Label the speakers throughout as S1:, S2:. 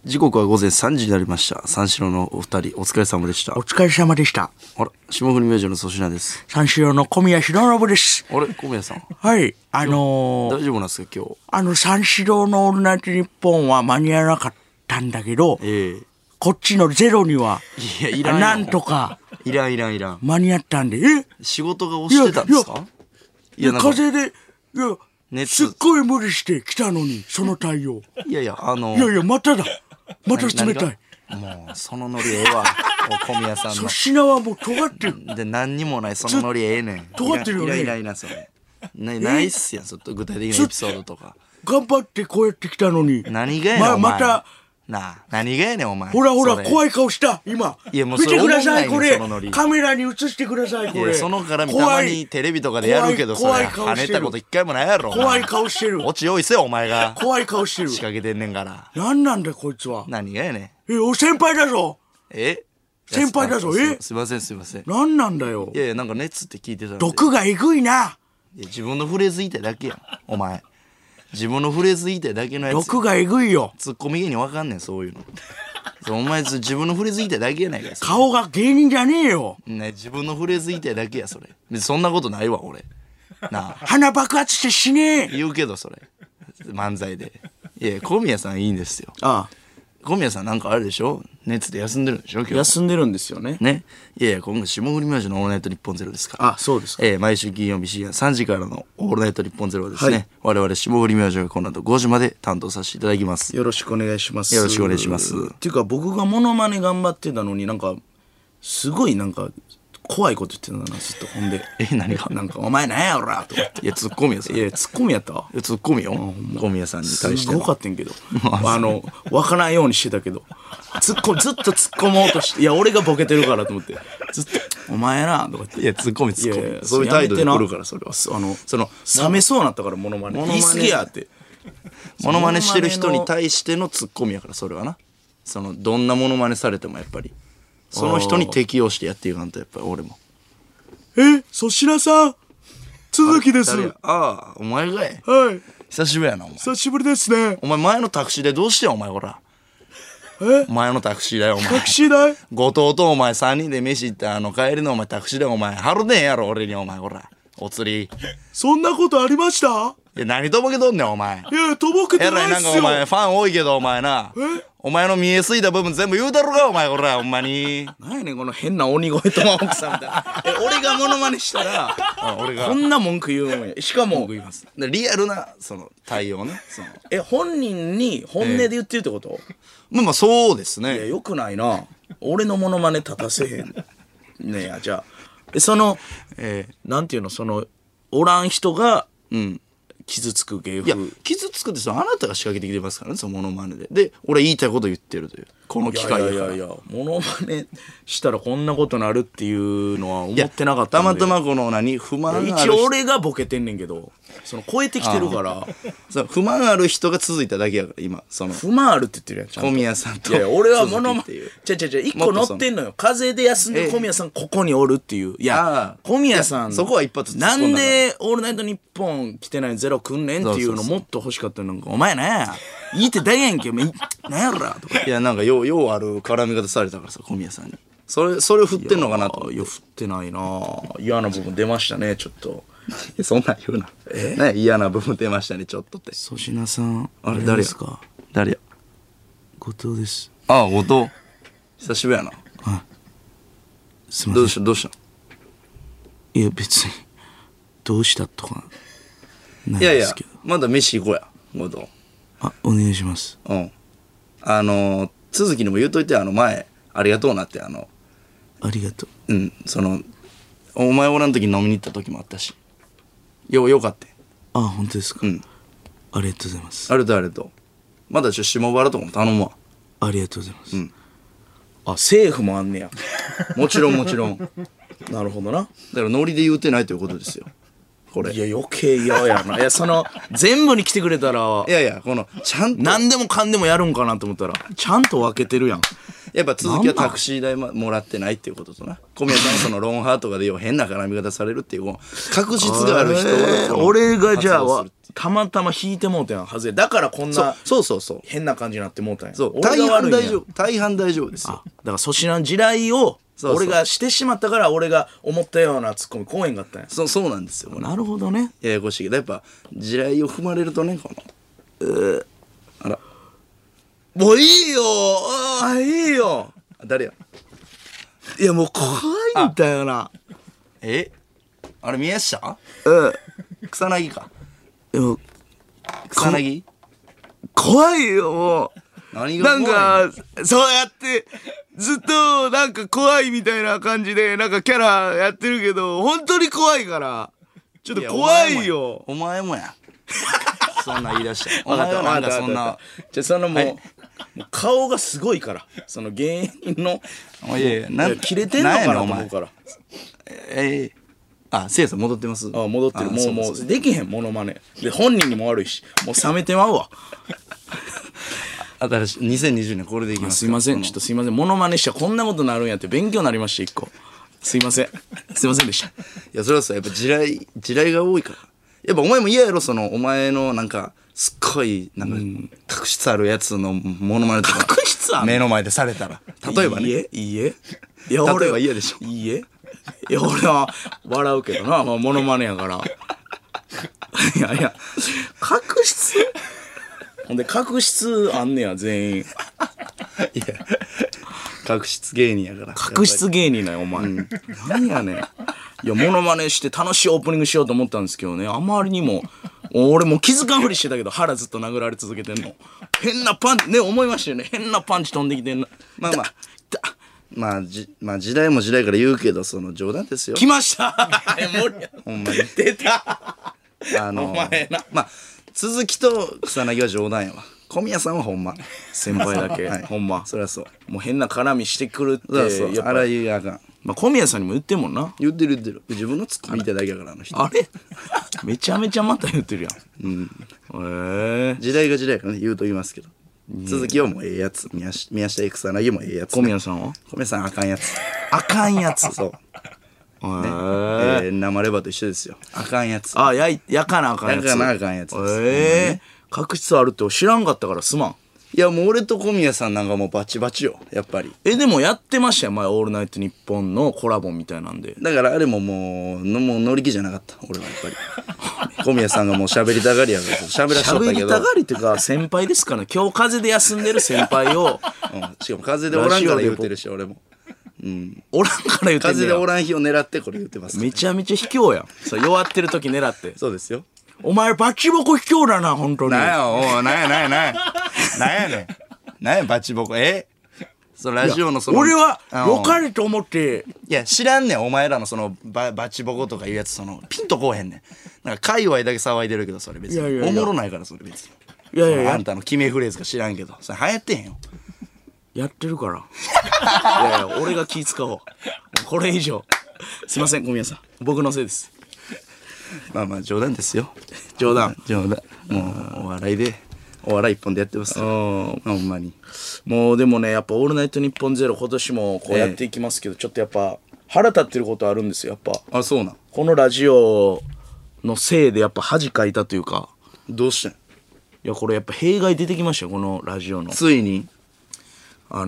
S1: 時刻は午前3時になりました。三四郎のお二人お疲れ様でした。
S2: お疲れ様でした。
S1: あら、霜降り明星の粗品です。
S2: 三四郎の小宮浩信です。
S1: あれ、小宮さん
S2: はい。
S1: 大丈夫なんですか今日。
S2: 三四郎のオールナイトニッポンは間に合わなかったんだけど、こっちのゼロにはい
S1: やいらんよ
S2: なんとか
S1: いらん
S2: 間に合ったんで、
S1: 仕事が押してたんですか？
S2: なんか風邪で、
S1: 熱
S2: すっごい無理して来たのに、その対応。
S1: いや
S2: まただ。また冷たい。
S1: もうそのノリええわ。小宮さんの
S2: 粗品はもう尖ってる。
S1: で何にもないそのノリええねん。
S2: 尖ってるよね。
S1: いらんそれ。ないっすやん。ちょっと具体的なエピソードとか。
S2: 頑張ってこうやって来たのに。
S1: 何がやねんお前。
S2: また
S1: なあ、何がやねんお前。
S2: ほら怖い顔した今。
S1: いやもう
S2: 見てくださいこれ。
S1: そのノリ
S2: カメラに映してくださいこれ。
S1: その絡みたまにテレビとかでやるけどそれ跳ねたこと一回もないやろ。
S2: 怖い顔してる。
S1: オチ用意せよお前が。
S2: 怖い顔してる。
S1: 仕掛けてんねんから。
S2: なんなんだこいつは。
S1: 何がやね
S2: ん。お先輩だぞ。先輩だぞ。
S1: すいません。
S2: なんなんだよ。
S1: いやなんか熱って聞いてたんで。
S2: 毒がえぐいな。
S1: 自分のフレーズ言いたいだけやんお前。自分のフレーズ言いたいだけのやつ。
S2: 毒がえぐいよ。
S1: ツッコミ芸人わかんねんそういうの。お前自分のフレーズ言いたいだけやないか。
S2: 顔が芸人じゃねえよ。
S1: ね、自分のフレーズ言いたいだけやそれ。そんなことないわ俺。なあ。
S2: 鼻爆発して死ねえ。
S1: 言うけどそれ漫才で。いや小宮さんいいんですよ。
S2: ああ。
S1: 小宮さんなんかあれでしょ、熱で休んでるんでしょ今日。
S2: 休んでるんですよね。
S1: いや今後霜降り明星のオールナイトニッポンゼロですから。
S2: あ、そうですか。
S1: 毎週金曜日深夜3時からのオールナイトニッポンゼロはですね、我々霜降り明星がこの後5時まで担当させていただきます。
S2: よろしくお願いします。
S1: よろしくお願いします。
S2: っていうか僕がモノマネ頑張ってたのになんかすごいなんか怖いこと言ってたなずっと。ほんで
S1: 何が
S2: なんかお前なんやおらとか言って。
S1: いやツッコミやそれ。
S2: いやツッコミやったわ。
S1: ツッコミよ小宮さんに対して
S2: すごかったんけど分からんようにしてたけどずっと突っ込もうとして、いや俺がボケてるからと思ってずっとお前なとか言って。
S1: いやツッコミ
S2: いや
S1: そういう態度で来るから。それは
S2: その冷めそうなったからモノマネ言い過ぎやって。
S1: モノマネしてる人に対してのツッコミやからそれはな。どんなモノマネされてもやっぱりその人に適応してやっていかんとやっぱり俺も。
S2: 粗品さん続きです。
S1: ああお前がや。
S2: はい、
S1: 久しぶりやなお前。
S2: 久しぶりですね。
S1: お前前のタクシーでどうしてんお前ほら。前のタクシーだよお前。
S2: タクシー代
S1: 後藤とお前3人で飯行った帰りのお前タクシーでお前はるねんやろ俺にお前ほらお釣り。
S2: そんなことありました？
S1: いや何とぼけとんねんお前。
S2: いやとぼけてないっすよ。
S1: なんかお前ファン多いけどお前な。お前の見えすぎた部分全部言うたろかお前これほんまに。
S2: 何やねんこの変な鬼越トマホークさんみたいな。俺がモノマネしたら
S1: 俺が
S2: こんな文句言うんや。しかも
S1: リアルな対応ね。
S2: 本人に本音で言ってるってこと？
S1: まあそうです
S2: いや
S1: ね。
S2: よくないな。俺のモノマネ立たせへんねや。じゃあなんていうのおらん人が傷つく芸風。
S1: いや傷つくってあなたが仕掛けてきてますからねそのモノマネで俺言いたいこと言ってるというこの機会だから。
S2: いやモノマネしたらこんなことなるっていうのは思ってなかったんで。
S1: たまこの不満ある人。
S2: 一応俺がボケてんねんけど超えてきてるから
S1: 不満ある人が続いただけやから今
S2: 不満あるって言ってるやんちゃんと。
S1: 小宮さんと。
S2: いや俺はモノマネ一個乗ってんのよ。風邪で休んで小宮さんここにおるっていう。いや小宮さん
S1: そこは一発突っ込んだから。
S2: なんでオールナイトニッポン来てないゼロくんねんっていうのもっと欲しかったの。お前なんやいいってだけやんけお前なんやろらとか。
S1: いやなんかようある絡み方されたからさ小宮さんにそれを振ってんのかなと。
S2: いや振ってないな。嫌な部分出ましたねちょっと。
S1: そんなん言うな。ね嫌な部分出ましたねちょっとって。
S2: 粗品さん
S1: あれ誰ですか？誰や？
S2: 後藤です。
S1: ああ後藤久しぶりやな。
S2: すいません。
S1: どうした
S2: いや別にどうしたとかない
S1: いやいや
S2: ですけど。
S1: まだ飯行こうや後藤。
S2: お願いします。
S1: 続きにも言うといて前ありがとうなって
S2: ありがとう。
S1: お前おらん時に飲みに行った時もあったしよかった
S2: 本当ですか？ありがとうございます。
S1: ありがとうまだ下原とかも頼むわ。
S2: ありがとうございます。政府もあんねや。
S1: もちろん
S2: なるほどな。
S1: だからノリで言うてないということですよこれ。
S2: いや余計嫌やな。いや全部に来てくれたら
S1: いやちゃんと
S2: 何でもかんでもやるんかなと思ったらちゃんと分けてるやん。
S1: いやっぱ続きはタクシー代もらってないっていうこととな。小宮さんはそのロンハーとかでよう変な絡み方されるっていう、確実がある人が
S2: 俺がじゃあたまたま引いてもうてんはずだからこんな
S1: そう
S2: 変な感じになってもうたんや。
S1: そう大半大丈夫、大半大丈夫ですよ。
S2: だから粗品の地雷を俺がしてしまったから俺が思ったようなツッコミ公演があったんや。
S1: そうなんですよ。
S2: なるほどね。
S1: ややこしいけどやっぱ地雷を踏まれるとね、このあら
S2: もういいよいいよ。
S1: 誰や。
S2: いやもう怖いんだよな。
S1: あれ宮下草薙か。
S2: でも
S1: 草薙
S2: 怖いよもう。
S1: 何が怖いの。
S2: なんかそうやってずっとなんか怖いみたいな感じでなんかキャラやってるけど本当に怖いからちょっと怖いよ。
S1: お前もやそんな言い出してお
S2: 分かった
S1: 前はなんかそんな
S2: じゃあそのもう顔がすごいからその芸人の
S1: いや
S2: 切れてんのかなと思うから。
S1: せいやさん戻ってます。
S2: 戻ってる。もうできへんモノマネで本人にも悪いしもう冷めてまうわ。
S1: 新しい2020年これでいきます。
S2: すいませんちょっとすいませんモノマネしたらこんなことなるんやって勉強になりました一個。すいませんでした。
S1: いやそれはさやっぱ地雷が多いから。やっぱお前も嫌やろ、そのお前のなんかすっごいなんか確執あるやつのモノマネとか
S2: 確執ある
S1: 目の前でされたら、例えばね。
S2: いいや俺
S1: 例えば嫌でしょ。
S2: いや俺は笑うけどな、まあモノマネやからいや確執ほんで確執あんねや全員。
S1: いや確執芸人やから。
S2: 確執芸人なんやお前。何やねん。いやモノマネして楽しいオープニングしようと思ったんですけどね、あまりにも俺もう気づかんふりしてたけど腹ずっと殴られ続けてんの。変なパンチね思いましたよね。変なパンチ飛んできてんの。
S1: まあ時代も時代から言うけどその冗談ですよ。
S2: 来ました
S1: ほんまに
S2: 出たお前な。
S1: まあ続きと草薙は冗談やわ。小宮さんはほんま
S2: 先輩だけ、
S1: はい、
S2: ほんま
S1: そりゃそう。
S2: もう変な絡みしてくるって
S1: そう
S2: やっぱ
S1: あら言うあかん。
S2: まあ小宮さんにも言ってんもんな。
S1: 言ってる自分のツッコミ言っただけやからあの人。
S2: あれめちゃめちゃまた言ってるやん。
S1: 時代が時代やからね言うと言いますけど、続きはもうええやつ。宮下草薙もええやつ、
S2: 小宮さんは
S1: 小宮さんあかんやつ。
S2: あかんやつ。
S1: そう生レバと一緒ですよ。あかんやつ。
S2: やかなあかんやつ。
S1: やかなあかんやつです。
S2: 確執あるって知らんかったからすまん。
S1: いやもう俺と小宮さんなんかもうバチバチよやっぱり。
S2: でもやってましたよ前オールナイトニッポンのコラボみたいなんで。
S1: だからあれももう乗り気じゃなかった俺はやっぱり。小宮さんがもう喋りたがりやから喋らしとったけど。
S2: 喋りたがりっていうか先輩ですからね。今日風邪で休んでる先輩を
S1: しかも風邪でおらんから言ってるし俺も。
S2: おらんから言ってんねや。
S1: 風邪でおらん日を狙ってこれ言ってます。
S2: めちゃめちゃ卑怯やん。そう弱ってる時狙って。
S1: そうですよ。
S2: お前バチボコ卑怯だな本当に。
S1: なんやねん。なんやバチボコ。そのラジオのその
S2: 俺は良かれと思って。
S1: いや知らんねんお前らのそのバチボコとかいうやつ、そのピンとこうへんねん。なんか界隈だけ騒いでるけどそれ別に
S2: いや
S1: おもろないからそれ別に。
S2: いや
S1: あんたの決めフレーズか知らんけどそれ流行ってへんよ。
S2: やってるからいや俺が気使おうこれ以上。すいません小宮さん僕のせいです。
S1: まあ冗談ですよ。
S2: 冗談
S1: もうお笑い一本でやってますほんまに。
S2: もうでもねやっぱ「オールナイトニッポンゼロ今年もこうやっていきますけど、ちょっとやっぱ腹立ってることあるんですよ。やっぱ
S1: そうなん。
S2: このラジオのせいでやっぱ恥かいたというか。
S1: どうしてん。
S2: いやこれやっぱ弊害出てきましたよこのラジオの。
S1: ついに
S2: こ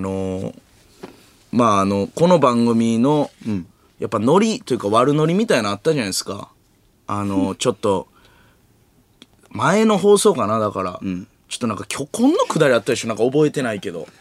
S2: の番組の、やっぱノリというか悪ノリみたいなのあったじゃないですか。ちょっと前の放送かなだから、ちょっとなんか虚婚のくだりあったでしょ。なんか覚えてないけど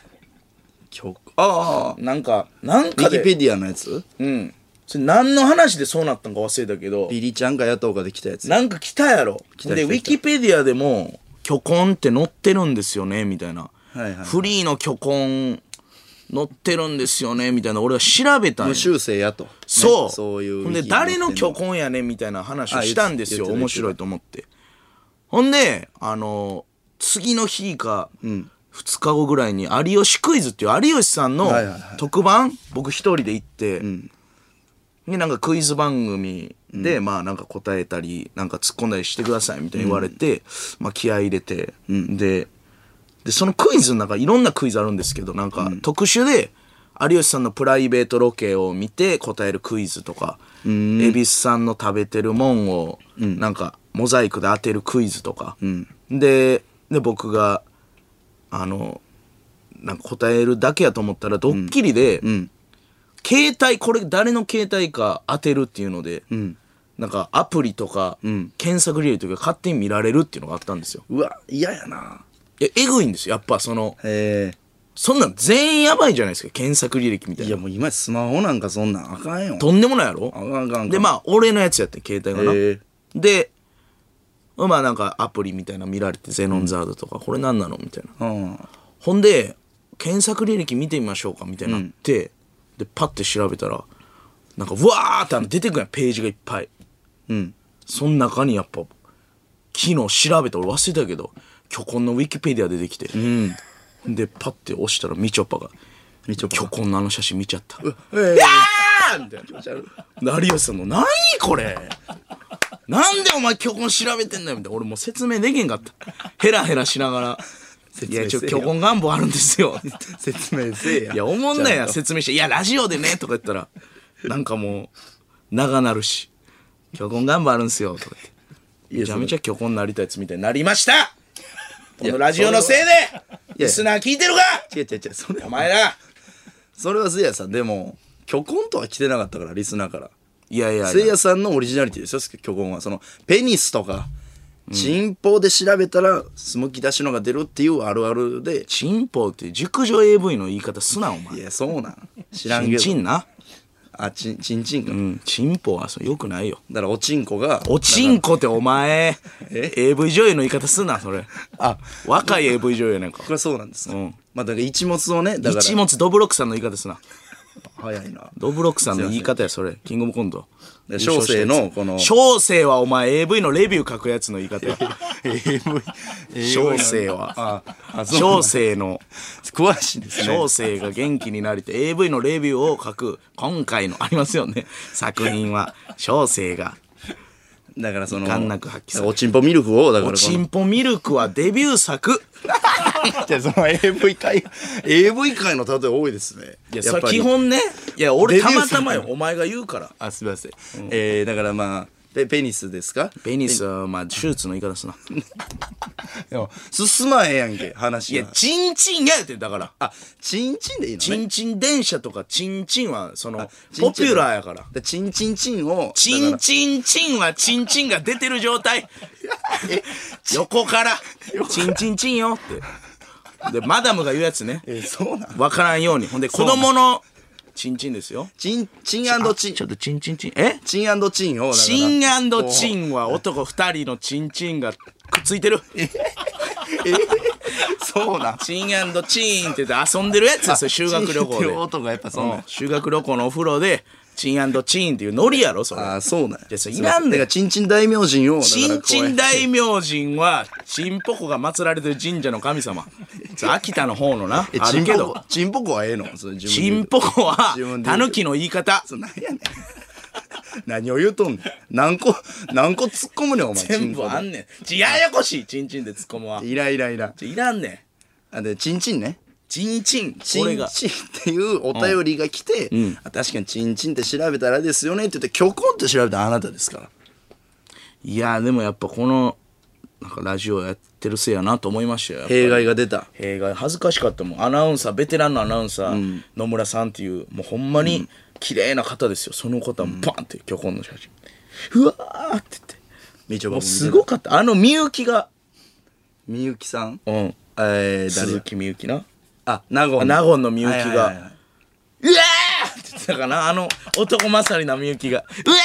S2: なんか
S1: ウィキペディアのやつ。
S2: それ何の話でそうなったんか忘れたけど
S1: ビリちゃんが野党ができたやつ。
S2: なんか来たやろ。
S1: た
S2: でウィキペディアでも虚婚って載ってるんですよねみたいな、フリーの虚婚載ってるんですよねみたいな俺は調べたんや。
S1: 無修正やと、ね、
S2: そう
S1: いう
S2: ほんで誰の虚婚やねんみたいな話をしたんですよ。面白いと思って。ほんで次の日か2日後ぐらいに有吉クイズっていう有吉さんの特番僕一人で行って、でなんかクイズ番組で、まあなんか答えたりなんか突っ込んだりしてくださいみたいに言われて、まあ気合い入れて、ででそのクイズの中いろんなクイズあるんですけど、なんか特殊で有吉さんのプライベートロケを見て答えるクイズとか、恵比寿さんの食べてるもんをなんかモザイクで当てるクイズとか、で僕がなんか答えるだけやと思ったらドッキリで、携帯これ誰の携帯か当てるっていうので、なんかアプリとか、検索履歴とか勝手に見られるっていうのがあったんですよ。
S1: うわ嫌やな。
S2: えぐいんですよやっぱそんなん全員やばいじゃないですか、検索履歴みたいな。
S1: いやもう今スマホなんかそんなんあかんよ。
S2: とんでもないやろ。
S1: あかんあかん。
S2: でまあ俺のやつやって携帯がな。でまあなんかアプリみたいなの見られて、ゼノンザードとか、これなんなのみたいな。ほんで検索履歴見てみましょうかみたいになって、でパッて調べたらなんかうわーって出てくるやん、ページがいっぱい。その中にやっぱ昨日調べた、俺忘れたけど巨根のウィキペディア出てきて、でパッて押したらみちょぱが巨根の写真見ちゃった。いやーみたいな。有吉さんの何これなんでお前巨根調べてんだよみたいな。俺もう説明できへんかった。ヘラヘラしながらいや巨根願望あるんですよ
S1: 説明せえや。
S2: いやおもんないやん説明して、いやラジオでねとか言ったらなんかもう長なるし、巨根願望あるんすよとか言って、めちゃめちゃ巨根なりたいやつみたいになりました。このラジオのせいでリスナー聞いてるか。
S1: 違うそれ
S2: お前ら
S1: それはせいやさん。でも巨根とは来てなかったからリスナーから。
S2: いやいや
S1: せいやさんのオリジナリティですよ巨根は。そのペニスとかチンポで調べたらスモキ出しのが出るっていうあるあるで。
S2: チンポって熟女 AV の言い方すなお前。
S1: いやそうなん知らんけど。
S2: チンチンな。
S1: あチンチンか。
S2: チンポはよくないよ。
S1: だからおちんこが
S2: おちんこってお前 AV 女優の言い方すなそれ。
S1: あ
S2: 若い AV 女優やなんか。
S1: これそうなんですか。まあだから一物をね、だから
S2: 一物ドブロックさんの言い方すな。
S1: 早いな。
S2: ドブロックさんの言い方やそれ。キングオブコント
S1: 小生のこの
S2: 小生はお前 AV のレビュー書くやつの言い方や。小生は小生の
S1: 詳しいですね。
S2: 小生が元気になりて AV のレビューを書く今回のありますよね作品は小生が
S1: だからその
S2: 眼なく発揮される
S1: おちんぽミルクをだから
S2: おちんぽミルクはデビュー作。
S1: じゃその AV 界の例え多いですね。
S2: いやそれ基本ね。いや俺たまたまよお前が言うから。
S1: あすみません。だからまあペニスですか。
S2: ペニスはまあ手術の言い方すな。
S1: でも進まへんやんけ話が。
S2: いやチンチンやってだから。
S1: あチンチンでいいのね。
S2: チンチン電車とかチンチンはそのポピュラーやから。
S1: チンチンチンを
S2: チンチンチンはチンチンが出てる状態。横からチンチンチンよってでマダムが言うやつね。
S1: そうなん
S2: 分からんように。ほんで子供のチンチンですよ。
S1: チンチン
S2: ちょっとチンチンチンチンを
S1: チンチン
S2: は男2人のチンチンがくっついてる。
S1: そうなん
S2: チンチンって言って遊んでるやつですよ修学旅行で。
S1: 音がやっぱそんな
S2: 修学旅行のお風呂でチンチンっていうノリやろそれ。
S1: あそうなん
S2: やそれいらんねん。
S1: チンチン大明神を
S2: チンチン大明神はチンポコが祀られてる神社の神様。秋田の方のなあるけど
S1: チンポコはええの。
S2: チンポコはタヌキの言い方。
S1: 何やねん何を言うとんねん。何個突っ込むねんお前。
S2: 全部あんねん。ややこしいチンチンで突っ込むわ。
S1: いら
S2: いらんねん。
S1: あでチンチンね。
S2: チンチン
S1: チンチンっていうお便りが来て、確かにチンチンって調べたらですよねって言って巨根って調べたらあなたですから。
S2: いやでもやっぱこのなんかラジオやってるせいやなと思いましたよ。
S1: 弊害が出た。
S2: 弊害恥ずかしかったもん。アナウンサーベテランのアナウンサー、野村さんっていうもうほんまに綺麗な方ですよ。その方もパンって巨根の写真、うわーって言ってもうすごかった。みゆきが
S1: みゆきさん
S2: 鈴木みゆきな。
S1: 納言
S2: のみゆきがうわーって言ってたかな。男勝りなみゆきがうわ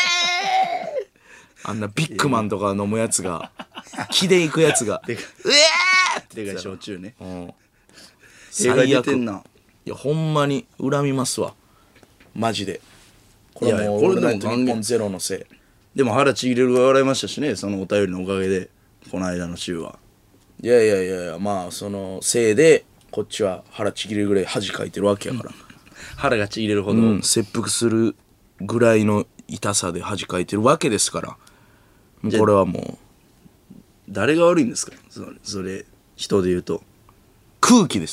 S2: ーあんなビッグマンとか飲むやつが気で行くやつがうわーって
S1: でかい焼酎ね。
S2: 最悪。いやほんまに恨みますわマジで。これもう俺の日本ゼロのせい。
S1: でも腹ちぎれるが笑いましたしね、そのお便りのおかげで。この間の週は。
S2: いやまあそのせいでこっちは腹ちぎれるぐらい恥かいてるわけやから、
S1: 腹がちぎれるほど、
S2: 切腹するぐらいの痛さで恥かいてるわけですから、もうこれはもう
S1: 誰が悪いんですかそれ人で言うと。
S2: 空気です。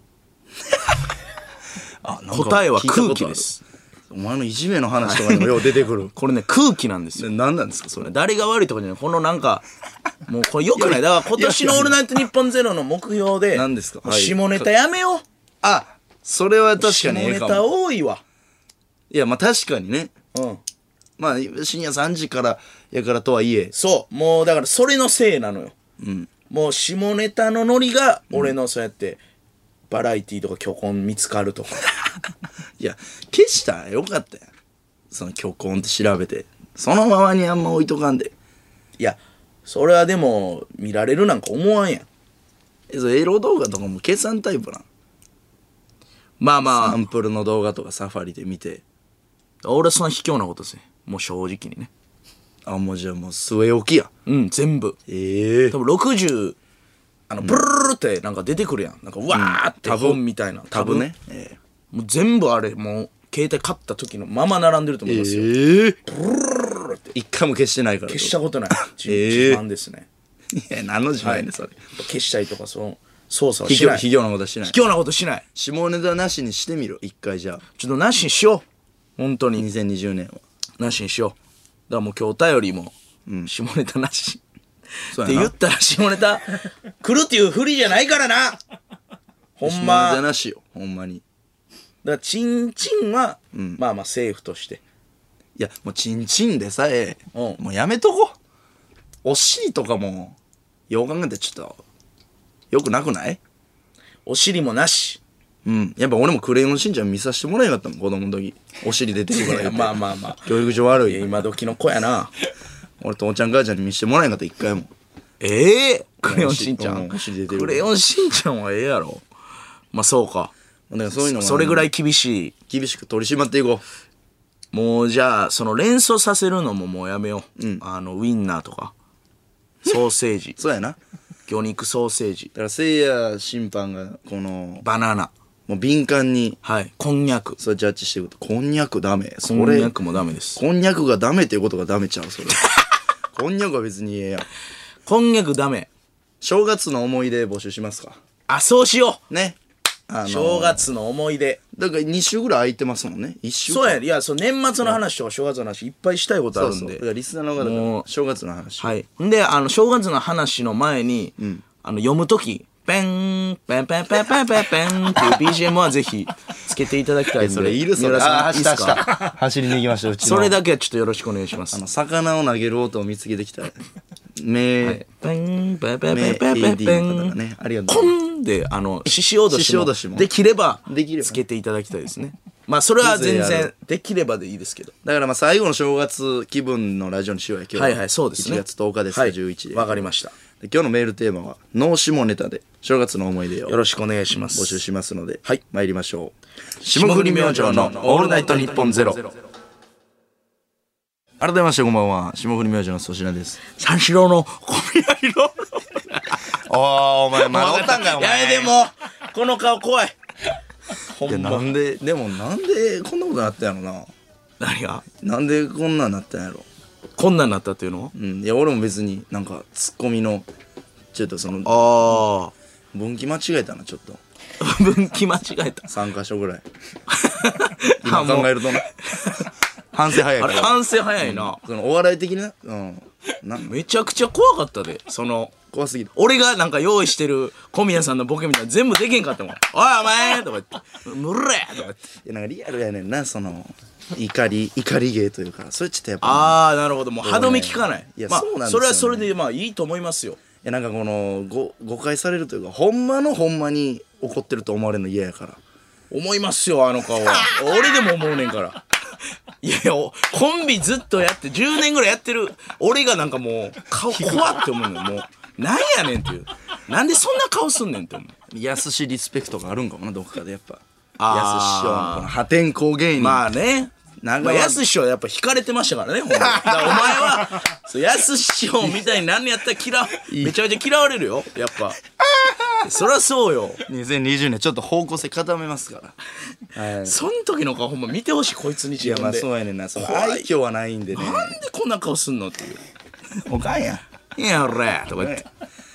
S1: あ、
S2: 答えは空気です。
S1: お前のいじめの話とかにもよう出てくる。
S2: これね、空気なんですよ。
S1: 何なんですかそれ。
S2: 誰が悪いとかじゃない。このなんか、もうこれよくない。だから今年のオールナイトニッポンゼロの目標で、
S1: 何ですか。
S2: 下ネタやめよう。
S1: あ、それは確かに
S2: 下ネタ多いわ。
S1: いや、まあ確かにね。
S2: うん。
S1: まあ深夜3時からやからとはいえ。
S2: そう。もうだからそれのせいなのよ。
S1: うん。
S2: もう下ネタのノリが俺のそうやってバラエティーとか虚婚見つかるとか。
S1: いや、消したらよかったやん。その虚婚って調べて。そのままにあんま置いとかんで。
S2: いや、それはでも見られるなんか思わんやん。
S1: エロ動画とかも消さんタイプなん。
S2: まあま
S1: サンプルの動画とかサファリで見て。
S2: 俺はそんな卑怯なことですね。もう正直にね。
S1: あ、もうじゃあもう据え置きや。
S2: うん、全部。
S1: ええ
S2: 多分60、ブルルルってなんか出てくるやん。なんか、わーって本みたいな。
S1: タブね。
S2: もう全部あれ、もう、携帯買った時のまま並んでると思いますよ。
S1: 一回も消してないから。
S2: 消したことない。自慢ですね。
S1: いや、何の自慢ね、それ。
S2: 消したりとか、その、操作はしない。
S1: 卑怯なことはしない。
S2: 卑怯なことしない。
S1: 下ネタなしにしてみろ、一回じゃあ。
S2: ちょっとなしにしよう。本当に。
S1: 2020年は。
S2: なしにしよう。だからもう今日お便りも、下ネタなし。
S1: そう
S2: って言ったら下ネタ来るっていうふりじゃないからな。ほんま。
S1: 下ネタなしよ、ほんまに。
S2: だからチンチンは、まあまあセーフとして。
S1: いや、もうチンチンでさえ、
S2: うん
S1: もうやめとこ。お尻とかも、よう考えてちょっと、よくなくない？
S2: お尻もなし。
S1: うん。やっぱ俺もクレヨンしんちゃん見させてもらえなかったもん、子供の時。お尻出てるから言って。
S2: まあまあまあ。
S1: 教育上悪い。
S2: 今時の子やな。
S1: 俺父ちゃん母ちゃんに見せてもらえなかった一回も。
S2: クレヨンしんちゃん。
S1: お尻出てる
S2: クレヨンしんちゃんはええやろ。まあそうか。
S1: だからそういうのが
S2: それぐらい厳しい。
S1: 厳しく取り締まっていこ
S2: もうじゃあ、その連想させるのももうやめよう。ウィンナーとか。ソーセージ。
S1: う。そうやな。だ
S2: 魚肉ソーセージ。
S1: からせいや審判が、この、
S2: バナナ。
S1: もう敏感に、
S2: はい。こんにゃく。
S1: そうジャッジしていくと、こんにゃくダメ。
S2: こんにゃくもダメです。
S1: こんにゃくがダメっていうことがダメちゃう、それ。こんにゃくは別にええやん。
S2: こんにゃくダメ。
S1: 正月の思い出募集しますか。
S2: あ、そうしよ
S1: ね。
S2: う。正月の思い出。
S1: だから2週ぐらい空いてますもんね。1週
S2: そうや。いや、そう、年末の話とか正月の話いっぱいしたいことあるんで。
S1: だからリスナーの方が正月の話。
S2: はい。んで、正月の話の前に、読むとき、ペン、ペンペンペンペンペンペンっていう BGM はぜひつけていただきたいんで。
S1: それいるそれ。
S2: 三浦さんいいっすか？
S1: 走りに行きましょう。うちの
S2: それだけはちょっとよろしくお願いします。
S1: 魚を投げる音を見つけてきた。ペ
S2: ン、ペンペンペンペンペンペン。
S1: ね。ありがとう。
S2: コンで、獅子おどしもできればつけていただきたいですね。まあそれは全然できればでいいですけど。
S1: だからまあ最後の正月気分のラジオにしようや、今日は。
S2: はいはい、そうですね。
S1: 1月10日ですか、11で。
S2: わかりました。
S1: 今日のメールテーマは、脳下ネタで正月の思い出を
S2: よろしくお願いします。
S1: 募集しますので、
S2: はい。
S1: 参りましょう。霜降り明星のオールナイトニッポンゼロ。改めましてこんばんは、霜降り明星の粗品です。
S2: 三四郎の小宮色。
S1: お前まだおったんかよ、お前。
S2: いや、でも、この顔怖い。ほ
S1: いや、
S2: んま。
S1: なんでこんなことなったんやろな。
S2: 何が
S1: なんでこんなんなったんやろ。
S2: こんなんなったっていうの？
S1: うん。いや、俺も別になんか、ツッコミの、ちょっとその、分岐間違えたな、ちょっと。
S2: 分岐間違えた。
S1: 3箇所ぐらい。今考えるとな。反省早いから。
S2: 反省早いな。
S1: そのお笑い的な、
S2: めちゃくちゃ怖かったで。
S1: 怖すぎる。
S2: 俺がなんか用意してる小宮さんのボケみたいな全部できんかったもん。おいお前とか言って、むるれとか言って。
S1: いや、なんかリアルやねんな、その、怒り芸というか、それちょっとやっぱ。
S2: なるほど。もう歯止め聞かない。
S1: いや、
S2: まあ、
S1: そうなんですよ、ね。
S2: それはそれでまあいいと思いますよ。
S1: いや、なんかこの、誤解されるというか、ほんまに怒ってると思われるの嫌やから。
S2: 思いますよ、あの顔は。俺でも思うねんから。いやいや、コンビずっとやって10年ぐらいやってる俺がなんかもう顔怖って思うのよ。もうなんやねんっていう。なんでそんな顔すんねんって思う。
S1: やすしリスペクトがあるんかもな、どっかでやっぱ。やすし師匠のこの破天荒芸人。
S2: まあね。まあ、やす師匠はやっぱ惹かれてましたからね、ほんま。だからお前は、やす師匠みたいに何やったらめちゃめちゃ嫌われるよ、やっぱ。そりゃそうよ。
S1: 2020年ちょっと方向性固めますから。
S2: はい。そん時の顔ほんま見てほしい、こいつに自分で。
S1: いや、まあそうやねんな。その愛嬌はないんでね。
S2: なんでこんな顔すんのっていう。
S1: おかんや。
S2: いや、俺とか言って。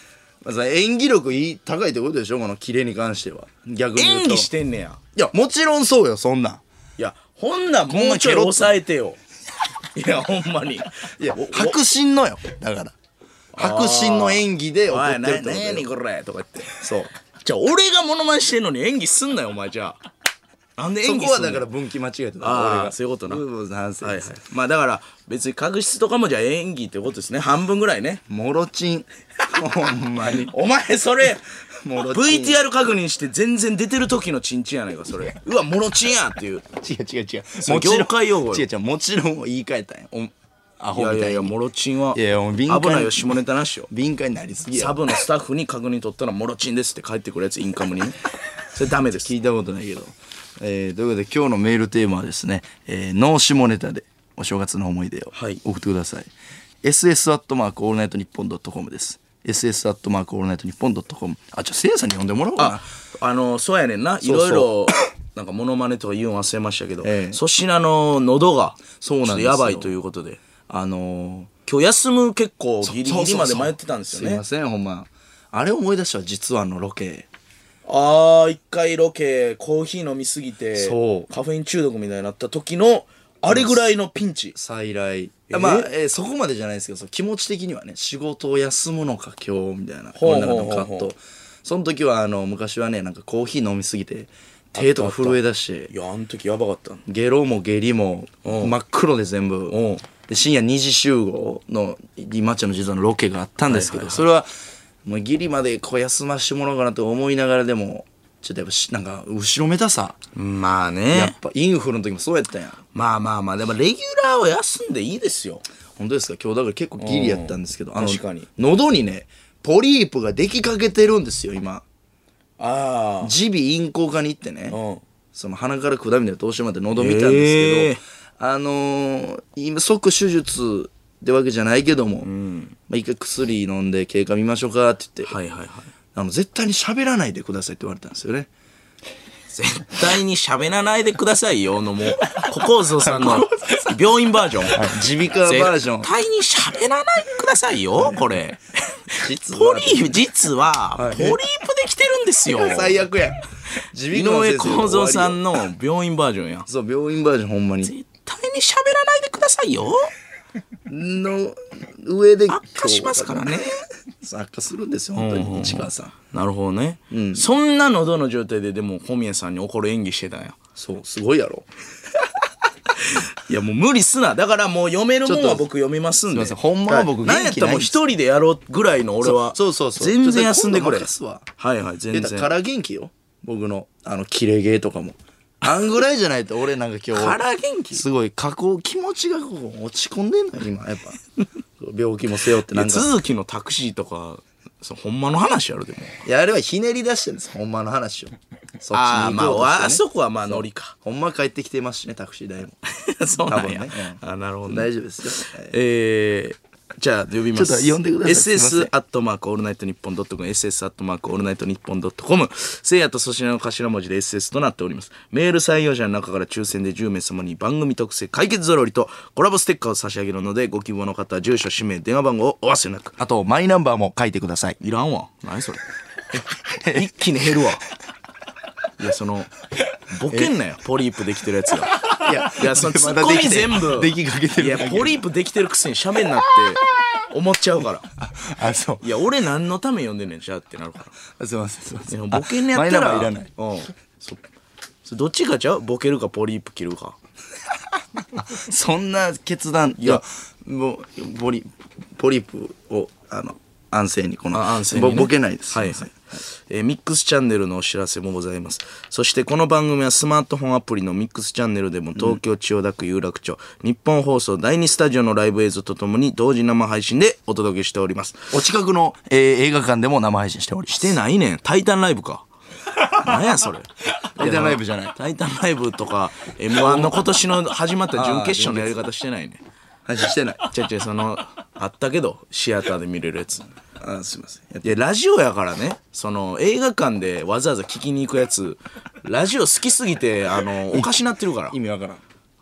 S1: 演技力高いってことでしょ、このキレに関しては。逆に言うと
S2: 演技してんねや。
S1: いやもちろんそうよ、そんなん。
S2: いやほんなんもうちょい抑えてよ。いやほんまに。
S1: いや迫真のよ、だから迫真の演技で怒ってるってこと
S2: 何
S1: よ。
S2: これとか言って。
S1: そう
S2: じゃあ俺がモノマネしてんのに演技すんなよお前。じゃあなんで
S1: そ
S2: 演技すんの。
S1: こはだから分岐間違えてた。
S2: あー
S1: 俺が
S2: そういうことな。
S1: 反省
S2: はいはい
S1: です。
S2: まあだから別に確執とかもじゃあ演技ってことですね。半分ぐらいね。
S1: もろちんほんまに
S2: お前それ
S1: もろちん
S2: VTR 確認して全然出てる時のチンチンやないかそれ。うわモロチンやっていう。
S1: 違う
S2: それ業界用語よ。
S1: 違うもちろん言い換えたんやアホみたいに。
S2: いやいやいやモロチンはい
S1: やもう敏感
S2: 危ないよ下ネタなしよ。
S1: 敏感になりすぎや
S2: サブのスタッフに確認取ったらモロチンですって帰ってくるやつインカムにね。それダメです。
S1: 聞いたことないけど、ということで今日のメールテーマはですね、ノー下ネタでお正月の思い出を
S2: はい
S1: 送ってください。ss アットマークオールナイトニッポンドットコムです。ss アットマークオールナイトニッポンドットコム。あ、せいやさんに呼んでもらおうかな。
S2: そうやねんな。い
S1: そう
S2: ろいろなんかモノマネとか言うん忘れましたけど、
S1: ええ
S2: 粗品の喉が
S1: そうなんですよ
S2: ちょっとやばいということで、今日休む結構ギリギリまで迷ってたんですよね。
S1: すいませんほんま。あれ思い出したわ、実はロケ。
S2: 一回ロケコーヒー飲みすぎて
S1: そう
S2: カフェイン中毒みたいになった時のあれぐらいのピンチ。
S1: 再来。まあ、そこまでじゃないですけど、気持ち的にはね、仕事を休むのか今日みたいな、
S2: ほう
S1: 俺の中の
S2: ほうほうほう
S1: 葛藤。その時は昔はね、なんかコーヒー飲みすぎて手とか震え出して、
S2: いやあの時やばかったの。
S1: ゲロも下痢も真っ黒で全部
S2: ん
S1: で深夜2時集合の今っちゃんの実はのロケがあったんですけど、それはもうギリまでこう休ましてもらおうかなと思いながら、でもちょっとやっぱなんか後ろめたさ、
S2: まあ
S1: や
S2: ね
S1: っぱインフルの時もそうやったやん。
S2: まあでもレギュラーは休んでいいですよ。
S1: 本当ですか。今日だから結構ギリやったんですけど、
S2: 確かに
S1: 喉にねポリープができかけてるんですよ今。
S2: あ
S1: 耳鼻咽喉科に行ってね、
S2: あ
S1: その鼻から管みたいなどうしてもらって喉見たんですけど、今即手術ってわけじゃないけども、一回薬飲んで経過見ましょうかって言って、
S2: はいはいはい。
S1: 絶対に喋らないでくださいって言われたんですよね。
S2: 絶対に喋らないでくださいよのもう小構造さんの病院バージョン。
S1: 耳鼻科バージョン。
S2: 絶対に喋らないでくださいよこれ。
S1: 実
S2: 実はポリープできてるんですよ。
S1: 最悪や。
S2: 井上公造さんの病院バージョンや。
S1: そう病院バージョンほんまに
S2: 絶対に喋らないでくださいよ。
S1: の上で
S2: 悪化しますからね。
S1: 悪化するんですよ本当に市川さん。
S2: なるほどね、そんな喉の状態ででも小宮さんに怒る演技してたんや。
S1: そうすごいやろ。
S2: いやもう無理すな。だからもう読めるもんは僕読みますんで。
S1: すいませんほんまは僕元気ないんです
S2: なんやったらもう一人でやろうぐらいの俺は。
S1: そう
S2: 全然休んでくれ。
S1: ちょっと今度任すわ。
S2: はいはい全然。
S1: から元気よ僕のキレゲーとかもあんぐらいじゃないと俺なんか今日
S2: から元気
S1: すごい気持ちがこう落ち込んでんのよ今やっぱ病気も背負ってなんか
S2: 続きのタクシーとかほんまの話やろでも。
S1: いやあれはひねり出してるんですほんまの話をそっち
S2: ああま
S1: に行こうとして、ね、
S2: ああそこはまあノリか。
S1: ほんま帰ってきてますしねタクシー代も
S2: そうなんや、
S1: 多分ね
S2: あなるほど、ね、
S1: 大丈夫ですよ。
S2: じゃあ呼びます。
S1: ちょっと呼んでください。すいません
S2: SS アットマークオールナイトニッポンドットコム SS アットマークオールナイトニッポンドットコム。せいやと粗品の頭文字で SS となっております。メール採用者の中から抽選で10名様に番組特製解決ぞろりとコラボステッカーを差し上げるので、ご希望の方は住所氏名電話番号をお忘れなく。
S1: あとマイナンバーも書いてください。
S2: いらんわ。何それ一気に減るわ。いやボケんなよポリープできてるやつが。いやそのツッコミ全部
S1: できかけてる
S2: いやポリープできてるくせに喋んなって思っちゃうから
S1: あそう
S2: いや俺何のため読んでんねんじゃあってなるから
S1: すいませんすいません。
S2: ボケんのやった
S1: マイナン
S2: ら
S1: バーいらない。
S2: そどっちかちゃうボケるかポリープ切るか。
S1: そんな決断いやもうポリープを安静に
S2: 安静にね
S1: ボケないです。
S2: はいはいミックスチャンネルのお知らせもございます。そしてこの番組はスマートフォンアプリのミックスチャンネルでも東京千代田区有楽町、日本放送第2スタジオのライブ映像とともに同時生配信でお届けしております。
S1: お近くの、映画館でも生配信しております。
S2: してないねん。タイタンライブか。なんやそれ。
S1: タイタンライブじゃない。
S2: タイタンライブとか M1 の今年の始まった準決勝のやり方してないね。
S1: 配信してない。
S2: ちゃあったけどシアターで見れるやつ。
S1: すいません。
S2: いやラジオやからね。映画館でわざわざ聞きに行くやつラジオ好きすぎておかしなってるから。
S1: 意味わからん。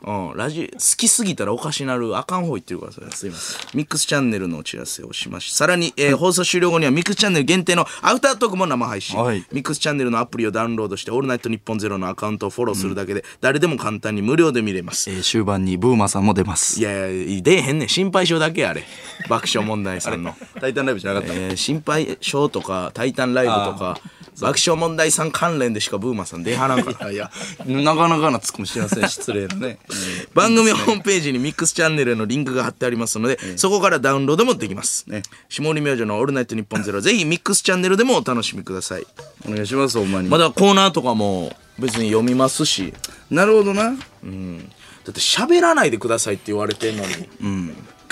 S2: ラジ好きすぎたらおかしなるあかん方言ってるからそれ。
S1: すいません。
S2: ミックスチャンネルのお知らせをしました。さらに、放送終了後にはミックスチャンネル限定のアフタートークも生配信、
S1: はい。
S2: ミックスチャンネルのアプリをダウンロードしてオールナイトニッポンゼロのアカウントをフォローするだけで、誰でも簡単に無料で見れます。
S1: 終盤にブーマさんも出ます。
S2: いやいや出えへんねん。心配性だけやあれ。爆笑問題さんの
S1: タイタンライブじゃなかった。
S2: 心配性とかタイタンライブとか爆笑問題さん関連でしかブーマさん出はらんから
S1: いや、なかなかなツッコミしてません。失礼なね。
S2: 番組ホームページにミックスチャンネルのリンクが貼ってありますので、そこからダウンロードもできます。霜降り明星のオールナイトニッポンゼロ、ぜひミックスチャンネルでもお楽しみください。
S1: お願いします、ほんまに。
S2: まだコーナーとかも別に読みますし、
S1: なるほどな。
S2: だって喋らないでくださいって言われてんのに、